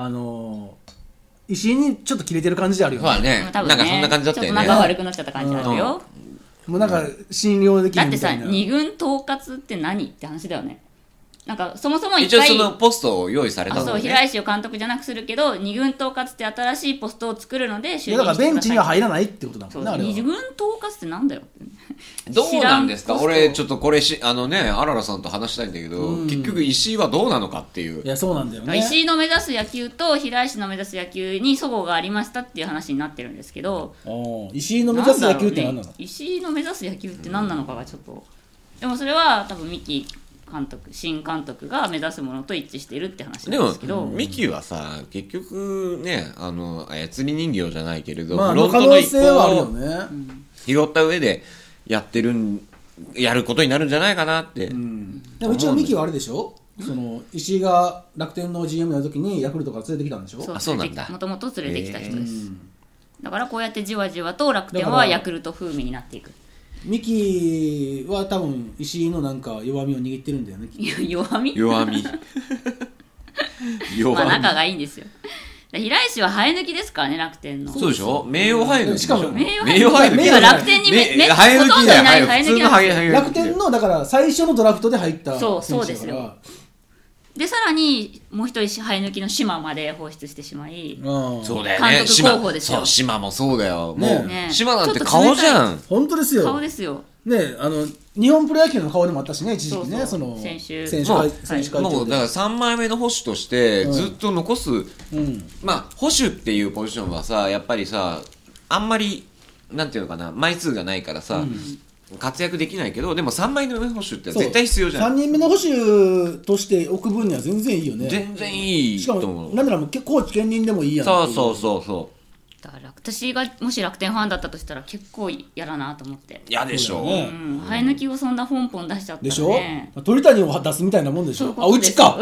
石井にちょっと切れてる感じであるよね。 そうだね。なんかそんな感じだったよね。 ちょっと仲悪くなっちゃった感じあるよ。 もうなんか信用できるみたいな。 だってさ、二軍統括って何って話だよね。なんかそもそも一回一応そのポストを用意されたのね。 そう平石を監督じゃなくするけど二軍統括って新しいポストを作るので就任してください。 だからベンチには入らないってことだもんね。あれは二軍統括ってなんだよ。 どうなんですか。俺ちょっとこれあららさんと話したいんだけど、結局石井はどうなのかっていう。 いやそうなんだよね。 石井の目指す野球と平石の目指す野球に齟齬がありましたっていう話になってるんですけど、 石井の目指す野球って何なの。 石井の目指す野球って何なのかがちょっと、でもそれは多分三木新監督が目指すものと一致しているって話なんですけど、 でもミキはさ結局ね操り人形じゃないけれど、 まあフロントの一可能性はあるよね。 拾った上でやることになるんじゃないかなって、 でも一応ミキはあれでしょ、その石井が楽天の GM やるときにヤクルトから連れてきたんでしょ。 そうなんだ。 もともと連れてきた人です。だからこうやってじわじわと楽天はヤクルト風味になっていく。 ミキは多分石井のなんか弱みを握ってるんだよね。 弱みまあ仲がいいんですよ。 平石は生え抜きですからね、楽天の。 そうでしょ、名誉生え抜き。 しかも名誉生え抜きは楽天にほとんどいない生え抜きなんですよ。 楽天のだから最初のドラフトで入ったそうですよ。でさらにもう一人生え抜きの島まで放出してしまい、 そうだよね、 監督候補ですよ。 そう島もそうだよ、もう島なんて顔じゃん。 本当ですよ、 顔ですよね。日本プロ野球の顔でもあったしね、一時期ね。その選手もうだから3枚目の捕手としてずっと残す、まあ捕手っていうポジションはさ、やっぱりさ、あんまりなんていうのかな、枚数がないからさ、活躍できないけど、でも3枚目の捕手って絶対必要じゃん。 3人目の捕手として置く分には全然いいよね。 全然いいと思う。 しかもなんならもうコーチ兼任でもいいやん。 そうだから私がもし楽天ファンだったとしたら結構嫌だなと思って。 嫌でしょ、 生え抜きをそんなポンポン出しちゃったらね。でしょ、 鳥谷を出すみたいなもんでしょ。うちか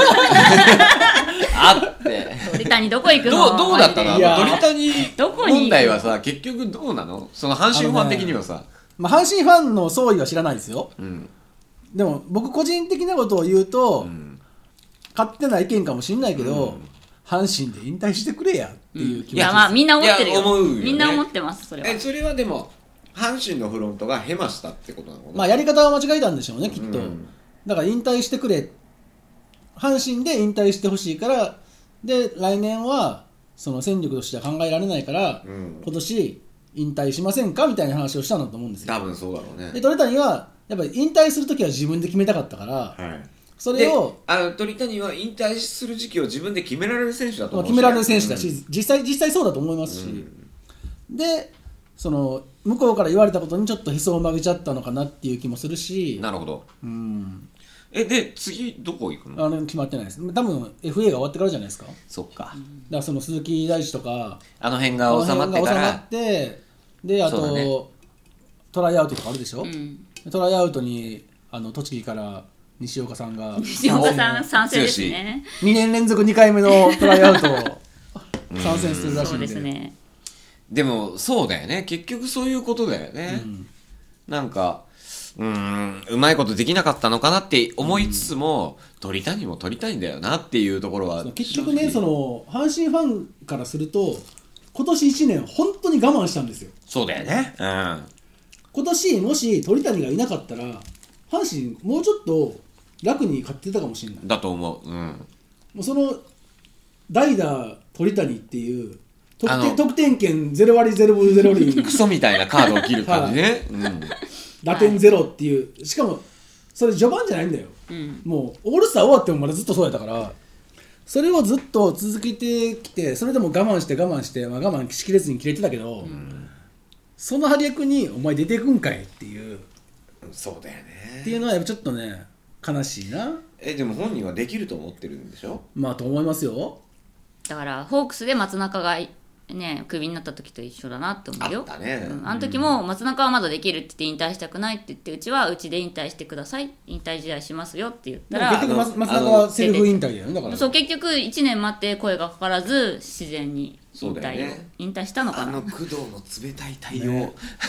あって鳥谷どこ行くの。 どうだったの鳥谷問題はさ、結局どうなの、その阪神ファン的にはさ。 阪神ファンの総意は知らないですよ、でも僕個人的なことを言うと、勝手な意見かもしれないけど、阪神で引退してくれやっていう気持ちです。 いやまあみんな思ってるよ。 思うよね、 みんな思ってます。それはそれはでも阪神のフロントがヘマしたってことなのかな。 まあやり方は間違えたんでしょうね、きっと、だから引退してくれ、阪神で引退してほしいから、で来年はその戦力としては考えられないから、今年引退しませんかみたいな話をしたんだと思うんですよ。 多分そうだろうね。 で鳥谷はやっぱり引退するときは自分で決めたかったから、それを鳥谷は引退する時期を自分で決められる選手だと思うし、 決められる選手だし、実際そうだと思いますし、でその向こうから言われたことにちょっとへそを曲げちゃったのかなっていう気もするし。 なるほど。で次どこ行くの？ 決まってないです。多分 FA が終わってからじゃないですか。 そっか。 だからその鈴木大地とかあの辺が収まってから、 であと、トライアウトとかあるでしょ、トライアウトに栃木から西岡さんが参戦ですね。 2年連続2回目のトライアウトを参戦するらしいんで。 そうですね。 でもそうだよね、結局そういうことだよね、なんかうまいことできなかったのかなって思いつつも、鳥谷も鳥谷だよなっていうところは結局ね、その阪神ファンからすると今年1年本当に我慢したんですよ。 そうだよね、 今年もし鳥谷がいなかったら阪神もうちょっと楽に勝ってたかもしれない。 だと思う。 もうその代打鳥谷っていう得点圏0割0分0厘クソみたいなカードを切る感じね、 打点ゼロっていう、しかもそれ序盤じゃないんだよ、もうオールスター終わってもまだずっとそうやったから、それをずっと続けてきて、それでも我慢して、我慢しきれずに切れてたけど、その張役にお前出てくんかいっていう、 そうだよねっていうのはやっぱちょっとね悲しいな。 でも本人はできると思ってるんでしょ。 まあと思いますよ。 だからホークスで松中がねクビになった時と一緒だなって思うよ。 あったね、 あの時も松中はまだできるって言って引退したくないって言って、うちはうちで引退してください、引退試合しますよって言ったら、 結局松中はセルフ引退だよね。だからそう結局1年待って声がかからず自然に引退したのかな。 工藤の冷たい対応、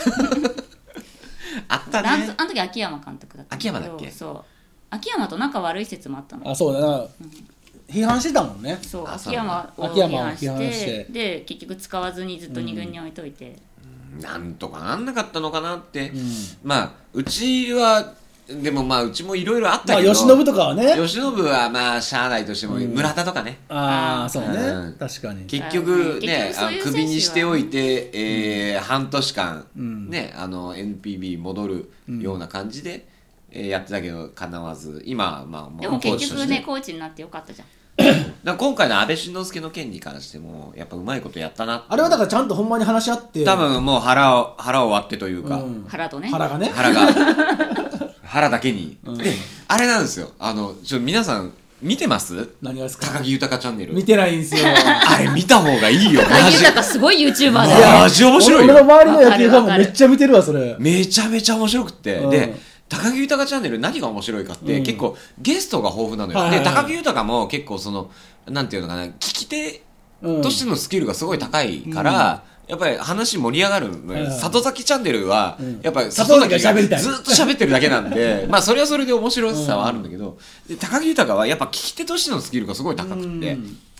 あったね。 あの時秋山監督だったんだけど。 秋山だっけ。 そう秋山と仲悪い説もあったの。 そうだな、批判してたもんね。 そう秋山を批判してで結局使わずにずっと2軍に置いといて、 なんとかなんなかったのかなって、まあうちはでもまあうちもいろいろあったけど、 吉信とかはね、 吉信はまあしゃあないとしても、村田とかね、 そうね、確かに結局ねクビにしておいて、半年間ねNPB 戻るような感じでやってたけどかなわず、今まあもうでも結局ねコーチになってよかったじゃん。 だ今回の安倍晋之助の件に関してもやっぱうまいことやったなって。 あれはだからちゃんとほんまに話し合って、 多分もう腹を割ってというか、 腹とね、 腹が腹だけに、であれなんですよ、皆さん見てます？ 何がですか？ 高木豊チャンネル見てないんですよ。 あれ見た方がいいよ。 高木豊すごい YouTuber だよ。 マジ面白いよ。 俺の周りの野球ファンもめっちゃ見てるわそれ。 めちゃめちゃ面白くて、で高木豊チャンネル何が面白いかって、結構ゲストが豊富なのよ、で高木豊も結構そのなんていうのかな、聞き手としてのスキルがすごい高いから、やっぱり話盛り上がるのよ。里崎チャンネルはやっぱり里崎がずっと喋ってるだけなんでまあそれはそれで面白さはあるんだけど、で高木豊はやっぱ聞き手としてのスキルがすごい高くて、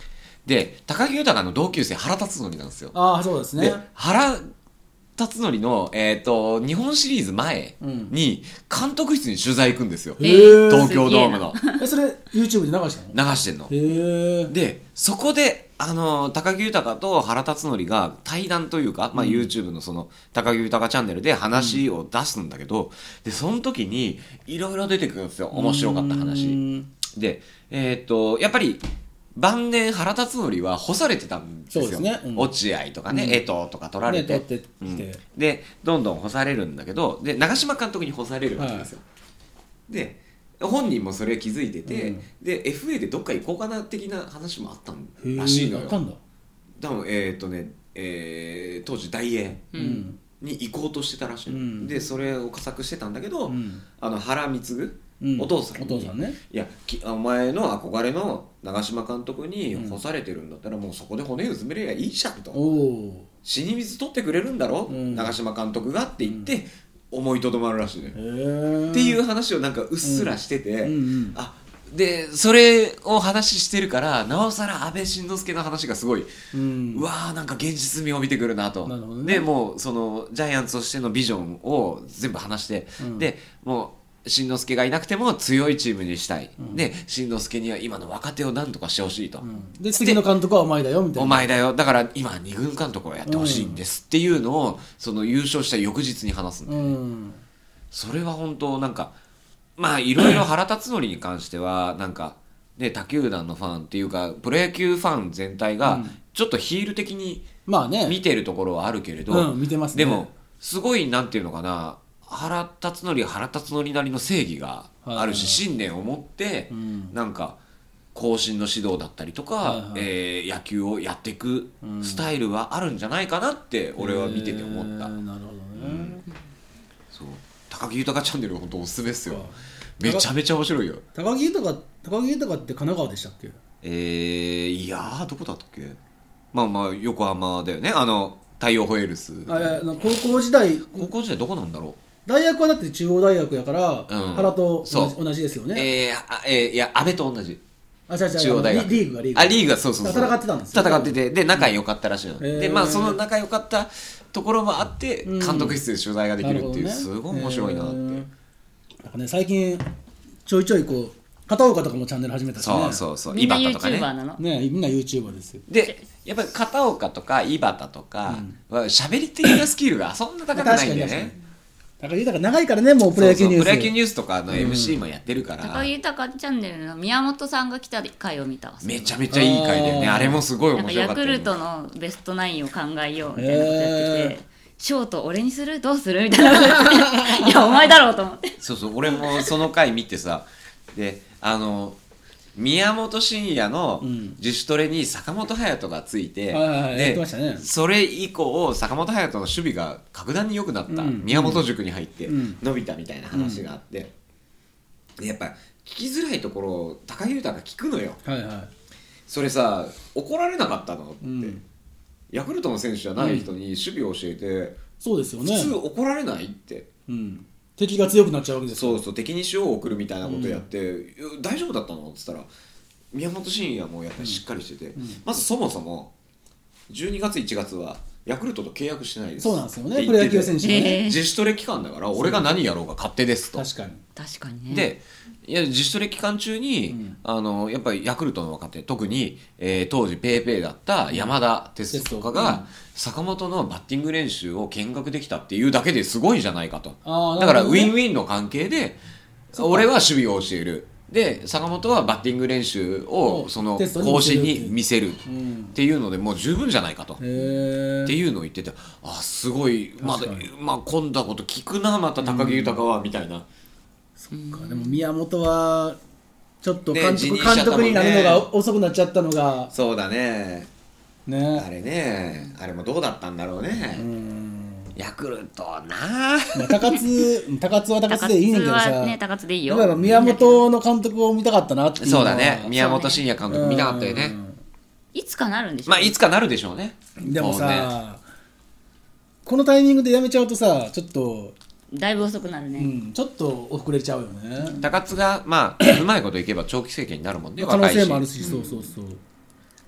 で高木豊の同級生原辰徳なんですよ。 ああそうですね。 で原辰徳の、日本シリーズ前に監督室に取材行くんですよ、東京ドームの。 それ YouTube で流したの？ 流してんの。でそこで高木豊と原辰徳が対談というか、YouTube のその高木豊チャンネルで話を出すんだけど、でその時にいろいろ出てくるんですよ、面白かった話で。やっぱり晩年原辰徳は干されてたんですよ。 そうですね、 落合とかね、江藤とか取られて、でどんどん干されるんだけど、で長嶋監督に干されるわけですよ、で本人もそれ気づいてて、で FA でどっか行こうかな的な話もあったらしいのよ。多分当時大英に行こうとしてたらしいの、でそれを画策してたんだけど、原貢お父さんに、ね、いやお前の憧れの長嶋監督に干されてるんだったら、もうそこで骨うずめればいいじゃんと、死に水取ってくれるんだろ、長嶋監督がって言って、思いとどまるらしいね、っていう話をなんかうっすらしてて、でそれを話してるからなおさら安倍晋之助の話がすごい、うわーなんか現実味を見てくるなと。でもうそのジャイアンツとしてのビジョンを全部話して、でもう慎之介がいなくても強いチームにしたい、で慎之介には今の若手を何とかしてほしいと、 で次の監督はお前だよみたいな、 お前だよだから今2軍監督をやってほしいんですっていうのを、その優勝した翌日に話すんで、それは本当なんかいろいろ原辰徳に関してはなんかね、他球団のファンっていうかプロ野球ファン全体がちょっとヒール的に見てるところはあるけれど、 見てますね。 でもすごいなんていうのかな、原辰徳は原辰徳なりの正義があるし、信念を持ってなんか後進の指導だったりとか、野球をやっていくスタイルはあるんじゃないかなって俺は見てて思った。 なるほどね、 そう高木豊チャンネル本当おすすめですよ。めちゃめちゃ面白いよ。 高木豊って神奈川でしたっけ？ いやーどこだったっけ。横浜だよね、太陽ホエールス。 高校時代どこなんだろう。 大学はだって中央大学やから、原と同じですよね。 いや安倍と同じ。 中央大学リーグがそう戦ってたんですよ。戦ってて、で仲良かったらしいの、でその仲良かったところもあって監督室で取材ができるっていう、すごい面白いなって。 なんかね、最近ちょいちょいこう片岡とかもチャンネル始めたしね。 そうみんな YouTuber なのね、みんな YouTuber ですよ。 でやっぱり片岡とか井端とかは喋り的なスキルがそんな高くないんだよね。 高木豊長いからね、もうプロ野球ニュース。 プロ野球ニュースとかの MC もやってるから。 高木豊チャンネルの宮本さんが来た回を見たわ。 めちゃめちゃいい回だよね。あれもすごい面白かった。 ヤクルトのベストナインを考えようみたいなことやってて、ショート俺にするどうするみたいないやお前だろうと思って。 そう俺もその回見てさ、で宮本慎也の自主トレに坂本勇人がついて、でそれ以降坂本勇人の守備が格段に良くなった、宮本塾に入って伸びたみたいな話があって、でやっぱ聞きづらいところを高木豊が聞くのよ、それさ怒られなかったのって、ヤクルトの選手じゃない人に守備を教えて、 そうですよね、 普通怒られないって、 敵が強くなっちゃうわけですよ。そう敵に塩を送るみたいなことやって、大丈夫だったのって言ったら宮本慎也もやっぱりしっかりしてて、まずそもそも12月1月はヤクルトと契約してないです。 そうなんですよね、プロ野球選手ね。 自主トレ期間だから俺が何やろうが勝手ですと。 確かにね。 で自主トレ期間中に、やっぱりヤクルトの若手、特に、当時ペーペーだった山田哲人とかが、坂本のバッティング練習を見学できたっていうだけですごいじゃないかと。だからウィンウィンの関係で俺は守備を教える、で坂本はバッティング練習をその更新に見せるっていうのでもう十分じゃないかとっていうのを言ってて、すごいまあ今度はこと聞くな、また高木豊はみたいな。 そっか、でも宮本はちょっと監督になるのが遅くなっちゃったのが。 そうだね。あれもどうだったんだろうね。ヤクルトな、 高津は高津でいいねんけどさ、 高津でいいよ。 やっぱ宮本の監督を見たかったなっていうのは。 そうだね、宮本慎也監督見たかったよね。 いつかなるんでしょうね。 いつかなるでしょうね。 でもさ、このタイミングでやめちゃうとさ、ちょっとだいぶ遅くなるね、 ちょっと遅れちゃうよね。 高津がうまいこといけば長期政権になるもんね。 可能性もあるし、そう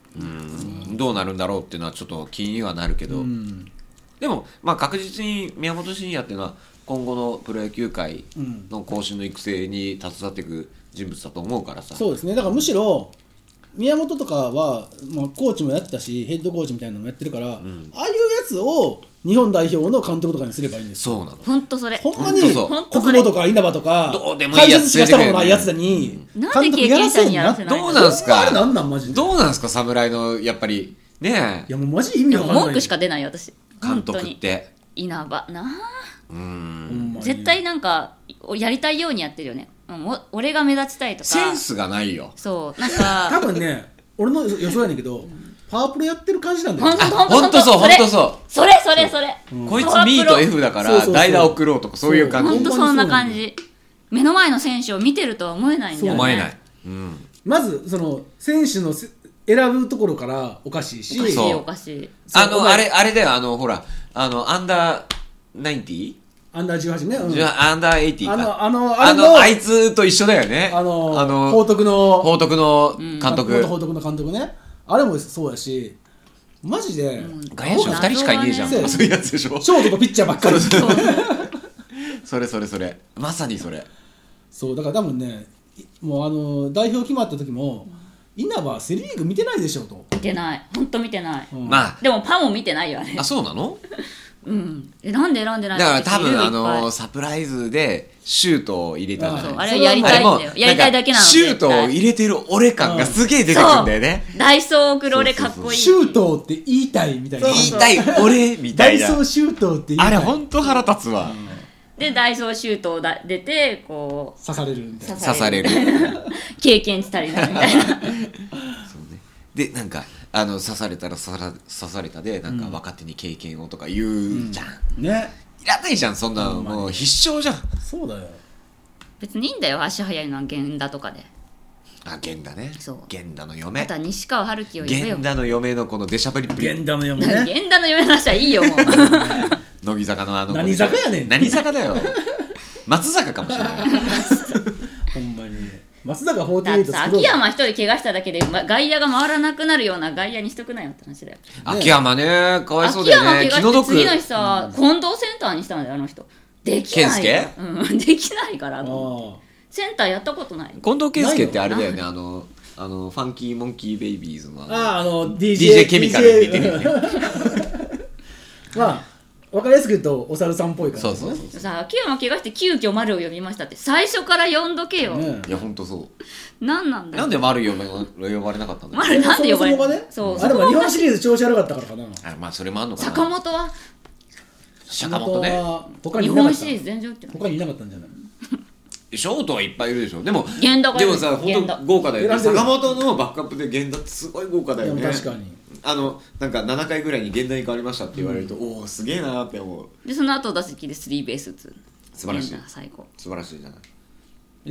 どうなるんだろうっていうのはちょっと気にはなるけど、でもまあ確実に宮本慎也っていうのは今後のプロ野球界の後進の育成に携わっていく人物だと思うからさ。 そうですね。だからむしろ宮本とかは、まあ、コーチもやったしヘッドコーチみたいなのもやってるから、ああいうやつを日本代表の監督とかにすればいいんですよ。 そうなの。 本当それ。 ほんまに国母とか稲葉とかどうでもいいやつしかしたことないやつに監督やらせんな。 どうなんすか。 なんなんマジで。 どうなんすか侍のやっぱりねえ。 いやもうマジ意味わかんない。 文句しか出ないよ私。 監督って稲葉なあ。絶対なんかやりたいようにやってるよね。俺が目立ちたいとか。 センスがないよ。 そうなんか多分ね俺の予想やねんけど、パワープロやってる感じなんだよ。 ほんとそう。 それ、 こいつミート F だから代打送ろうとかそういう感じ。 ほんとそんな感じ。目の前の選手を見てるとは思えないんだよね。 思えない。 まずその選手の選ぶところからおかしいし。 おかしい。 あれだよほらアンダー 90？ アンダー18ね、 アンダー80か。あいつと一緒だよね。 報徳の監督。 元報徳の監督ね。あれもそうやし、マジで外野手2人しかいねえじゃん。そういうやつでしょ。 ショートとピッチャーばっかり。 それまさにそれ。 そうだから多分ね、もう代表決まった時も稲葉セリーグ見てないでしょと。 見てない。本当見てない。 まあでもパンも見てないよあれ。 あ、そうなの？ なんで選んでないの？ だから多分サプライズでシュートを入れたんだよ。 あれはやりたいんだよ。やりたいだけなの。 シュートを入れてる俺感がすげえ出てくるんだよね。 ダイソー送る俺かっこいい。 シュートって言いたいみたいな。 言いたい俺みたいな。 ダイソーシュートって言いたい。 あれほんと腹立つわ。 でダイソーシュートを出てこう刺されるみたいな。 刺される。 経験したりなみたいな。そうね。 でなんか刺されたら刺されたでなんか若手に経験をとか言うじゃん。 ね。 いらないじゃんそんなの。もう必勝じゃん。 そうだよ。 別にいいんだよ足速いのは源田とかで。 源田ね。 そう。 源田の嫁。 あとは西川春樹を呼べよ。 源田の嫁のこの出しゃばりっぷり。 源田の嫁ね。 源田の嫁の話はいいよもう。 乃木坂の何坂やねん。 何坂だよ。松坂かもしれない。 ほんまに。松坂48 だって秋山一人怪我しただけで外野が回らなくなるような外野にしとくなよって話だよ。 秋山ね、かわいそうだよね。 秋山怪我して次の日さ、近藤センターにしたんだよあの人。できない。 健介？できないから。センターやったことない。 近藤健介ってあれだよね。ファンキーモンキーベイビーズの DJ ケミカルに似てるよね。 まあ分かりやすく言うとお猿さんっぽいからね。そうさあ秋山怪我して急遽丸を呼びましたって最初から呼んどけよ。 いやほんとそう。 なんなんだよ。 なんで丸呼ばれなかったんだよ。 丸なんで呼ばれなかった？ あれも日本シリーズ調子悪かったからかな。 まあそれもあんのかな。 坂本は日本シリーズ全然打ってない。 他にいなかったんじゃない？ ショートはいっぱいいるでしょ。でもさ本当豪華だよね。坂本のバックアップで源田ってすごい豪華だよね。 確かに。 なんか7回ぐらいに源田に変わりましたって言われると、おおすげえなって思う。 でその後打席でスリーベース打つ。 素晴らしい。 最高。 素晴らしいじゃない。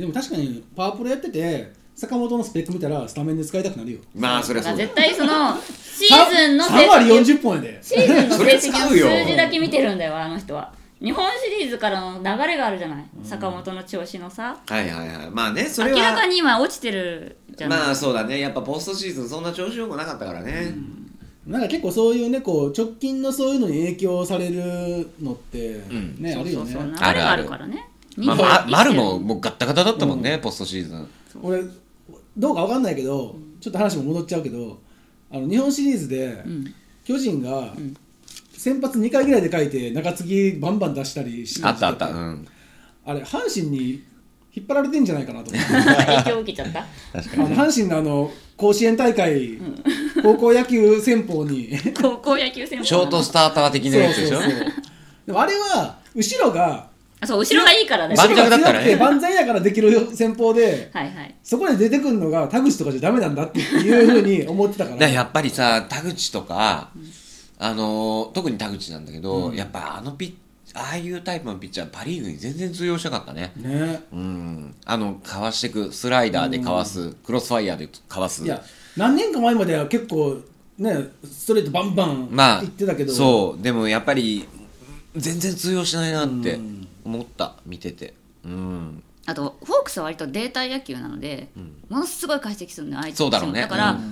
でも確かにパワープロやってて坂本のスペック見たらスタメンで使いたくなるよ。 まあそれはそうだ。 絶対そのシーズンの 3割40本やで。 シーズンの成績の数字だけ見てるんだよあの人は。日本シリーズからの流れがあるじゃない、坂本の調子のさ。 はいはいはい。まあねそれは明らかに今落ちてるじゃない。 まあそうだね。やっぱポストシーズンそんな調子よくなかったからね。 なんか結構そういうねこう直近のそういうのに影響されるのってね、あるよね。 流れがあるからね。 丸ももうガッタガタだったもんね、ポストシーズン。 俺どうかわかんないけど、ちょっと話も戻っちゃうけど日本シリーズで、巨人が、先発2回ぐらいで書いて中継ぎバンバン出したりしてあった、 あれ阪神に引っ張られてんじゃないかなと思って影響を受けちゃった。 確かに阪神の甲子園大会、高校野球戦法に高校野球戦法ショートスターター的なやつでしょ。 でもあれは後ろが後ろがいいからね。 後ろが強くて万歳やからできる戦法で、そこで出てくるのが田口とかじゃダメなんだっていうふうに思ってたからやっぱりさ田口とか特に田口なんだけど、やっぱああいうタイプのピッチャーパ・リーグに全然通用したかったね。かわしていくスライダーでかわす、クロスファイヤーでかわす。 いや何年か前までは結構ねストレートバンバンいってたけど、 そうでもやっぱり全然通用しないなって思った見てて。 あとホークスは割とデータ野球なので、ものすごい解析するの相手。 そうだろうね。 だから、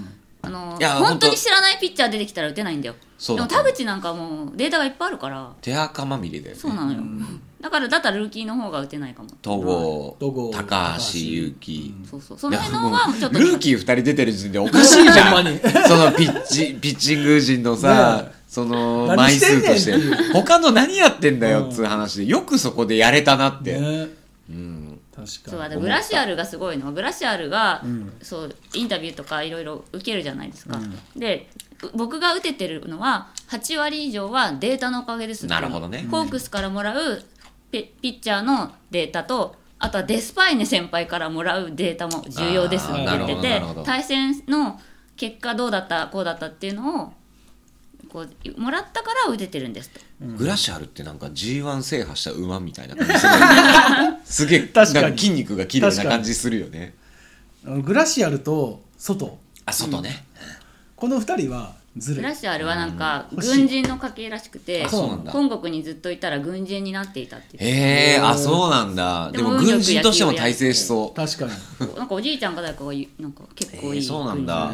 本当に知らないピッチャー出てきたら打てないんだよ。でも田口なんかもうデータがいっぱいあるから手垢まみれだよね。 そうなのよ、だったらルーキーの方が打てないかも。 戸郷、高橋優貴、 そうその辺のはちょっとルーキー2人出てる時点でおかしいじゃんそのピッチング陣のさ、その枚数として他の何やってんだよっつう話でよくそこでやれたなって、 確かに。グラシアルがすごいの。グラシアルが、そうインタビューとかいろいろ受けるじゃないですか、で僕が打ててるのは8割以上はデータのおかげですって。 なるほどね。 ホークスからもらうピッチャーのデータと、あとはデスパイネ先輩からもらうデータも重要ですって言ってて、対戦の結果どうだったこうだったっていうのをこうもらったから打ててるんですと。 グラシアルってなんか G1 制覇した馬みたいな感じすげえ筋肉が綺麗な感じするよね。 グラシアルと外ね、 この2人はずるい。 グラシアルはなんか軍人の家系らしくて、本国にずっといたら軍人になっていたっていう。 そうなんだ。でも軍人としても大成しそう。 確かになんかおじいちゃんか誰かがなんか結構いい、 そうなんだ。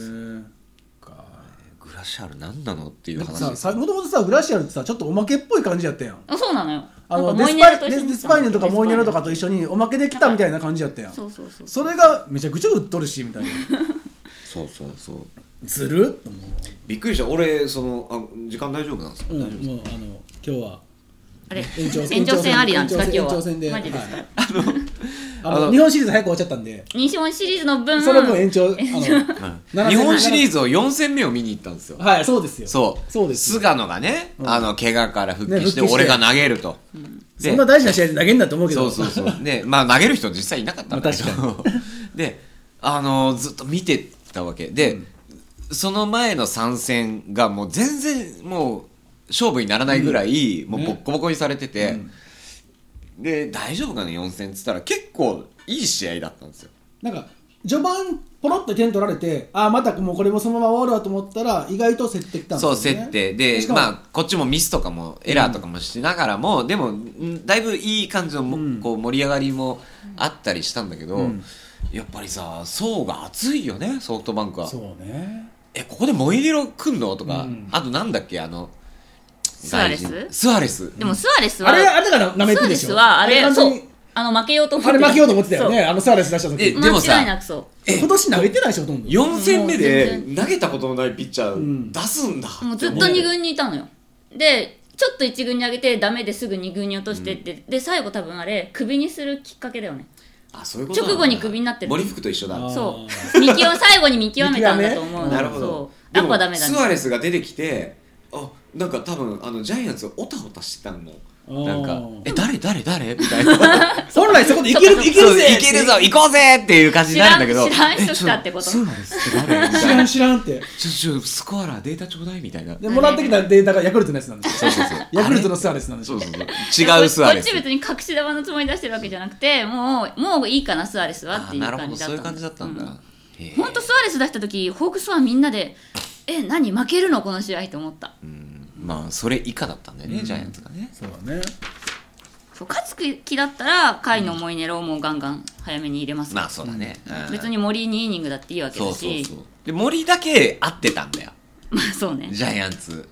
グラシアル何なのっていう話。 もともとさグラシアルってさちょっとおまけっぽい感じやったやん。 そうなのよ。 デスパイネとかモイネロとかと一緒におまけできたみたいな感じやったやん。それがめちゃくちゃ売っとるしみたいなそうずるっびっくりした。俺時間大丈夫なんですか？ もう今日はあれ延長戦ありなんですか？今日は延長戦でマジですか？ 日本シリーズ早く終わっちゃったんで、 日本シリーズの分それも延長日本シリーズを4戦目を見に行ったんですよ。 はい、そうですよ。 そうです。菅野がね、怪我から復帰して俺が投げると、 そんな大事な試合で投げんだと思うけど、 そうね、まあ投げる人実際いなかったんだけどでずっと見てたわけで、その前の3戦がもう全然もう勝負にならないぐらい、もうボッコボコにされてて、で大丈夫かね4戦っつったら結構いい試合だったんですよ。 なんか序盤ポロッと点取られて、またもうこれもそのまま終わるわと思ったら意外と競ってきたんですよね。 そう競ってで、こっちもミスとかもエラーとかもしながらも、でもだいぶいい感じのこう盛り上がりもあったりしたんだけど、やっぱりさ層が厚いよねソフトバンクは。 そうね。 ここでモイネロ来んのとか、あとなんだっけスアレス。でもスアレスはあれがなめくでしょ。 スアレスはあれそう負けようと思ってた。 あれ負けようと思ってたよね。スアレス出した時。 でもさ間違いなくそう今年投げてないでしょほとんど。 4戦目で投げたことのないピッチャー出すんだ。 もうずっと2軍にいたのよ。でちょっと1軍に上げてダメですぐ2軍に落としてって、で最後多分あれクビにするきっかけだよね。 そういうこと直後にクビになってる。 森福と一緒だ。 そう最後に見極めたんだと思う。 なるほど。 やっぱダメだね。 スアレスが出てきてなんか多分ジャイアンツオタオタしてたの。なんか誰みたいな本来そこでいけるぜ行こうぜっていう感じになるんだけど、 知らん人来たってこと。 そうなんですって誰知らんってスコアラーデータちょうだいみたいな。 でもらってきたデータがヤクルトのやつなんですよ。そうヤクルトのスアレスなんですよ。 違うスアレス。 こっち別に隠し玉のつもり出してるわけじゃなくてもういいかなスアレスはっていう感じだった。 そういう感じだったんだ。 本当スアレス出した時ホークスはみんなで何負けるのこの試合と思った。 それ以下だったんだよね、ジャイアンツがね。 そうだね。 勝つ気だったら甲斐のモイネロをもうガンガン早めに入れます。 そうだね。 別に森2イニングだっていいわけだし。 で森だけ合ってたんだよ。 そうね。 ジャイアンツ。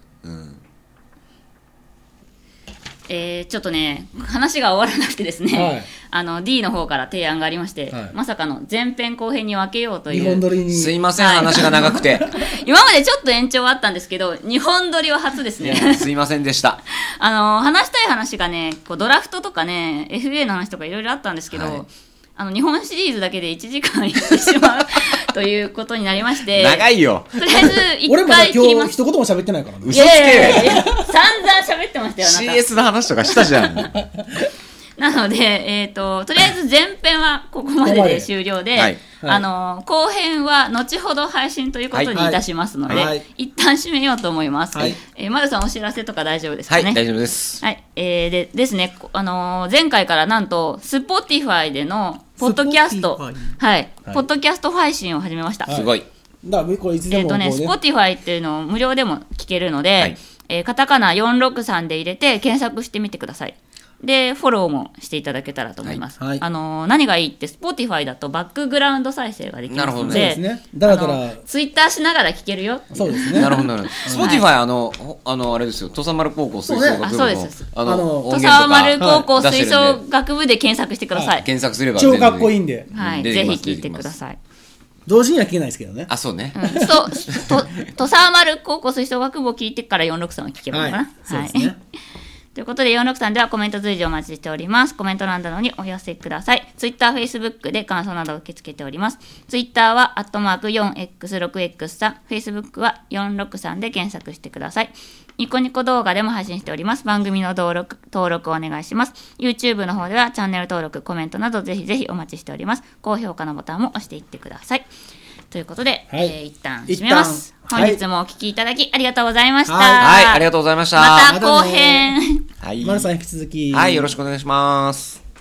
ちょっとね話が終わらなくてですね、D の方から提案がありまして、まさかの前編後編に分けようという。 2本撮りに。 すいません、話が長くて今までちょっと延長はあったんですけど2本撮りは初ですね。 すいませんでした。 話したい話がねドラフトとかね FA の話とかいろいろあったんですけど、日本シリーズだけで1時間いってしまうということになりまして。 長いよ。 とりあえず1回切ります。 俺も今日一言も喋ってないからね。 嘘つけ。 散々喋ってましたよ。 CS の話とかしたじゃん。 なので、とりあえず前編はここまでで終了で、後編は後ほど配信ということにいたしますので、一旦締めようと思います。丸さんお知らせとか大丈夫ですかね。 はい、大丈夫です。 はい、でですね、前回からなんと Spotify でのポッドキャスト、ポッドキャスト配信を始めました。 すごい。 だからこれいつでもこうね。 Spotify っていうのを無料でも聞けるので、カタカナ463で入れて検索してみてください。 でフォローもしていただけたらと思います、 はい、 何がいいって Spotify だとバックグラウンド再生ができますので、 そうですね、だからツイッターしながら聞けるよ。 そうですね。 なるほどなるほど。Spotify あれですよ、土佐丸高校吹奏楽部のそうです。 土佐丸高校吹奏楽部で検索してください。 検索すれば超かっこいいんで、 はい、ぜひ聞いてください。 同時には聞けないですけどね。 あ、そうね。 土佐丸高校吹奏楽部を聞いてから463を聞けばいいかな。 そうですね。 ということで463ではコメント随時お待ちしております。コメント欄などにお寄せください。Twitter、Facebook で感想などを受け付けております。Twitter は@4x6x さん、Facebook は463で検索してください。ニコニコ動画でも配信しております。番組の登録お願いします。YouTube の方ではチャンネル登録、コメントなどぜひぜひお待ちしております。高評価のボタンも押していってください。ということで、一旦締めます。本日もお聞きいただきありがとうございました。 はい、ありがとうございました。 また後編。 はい。 丸さん引き続き。 はい、よろしくお願いします。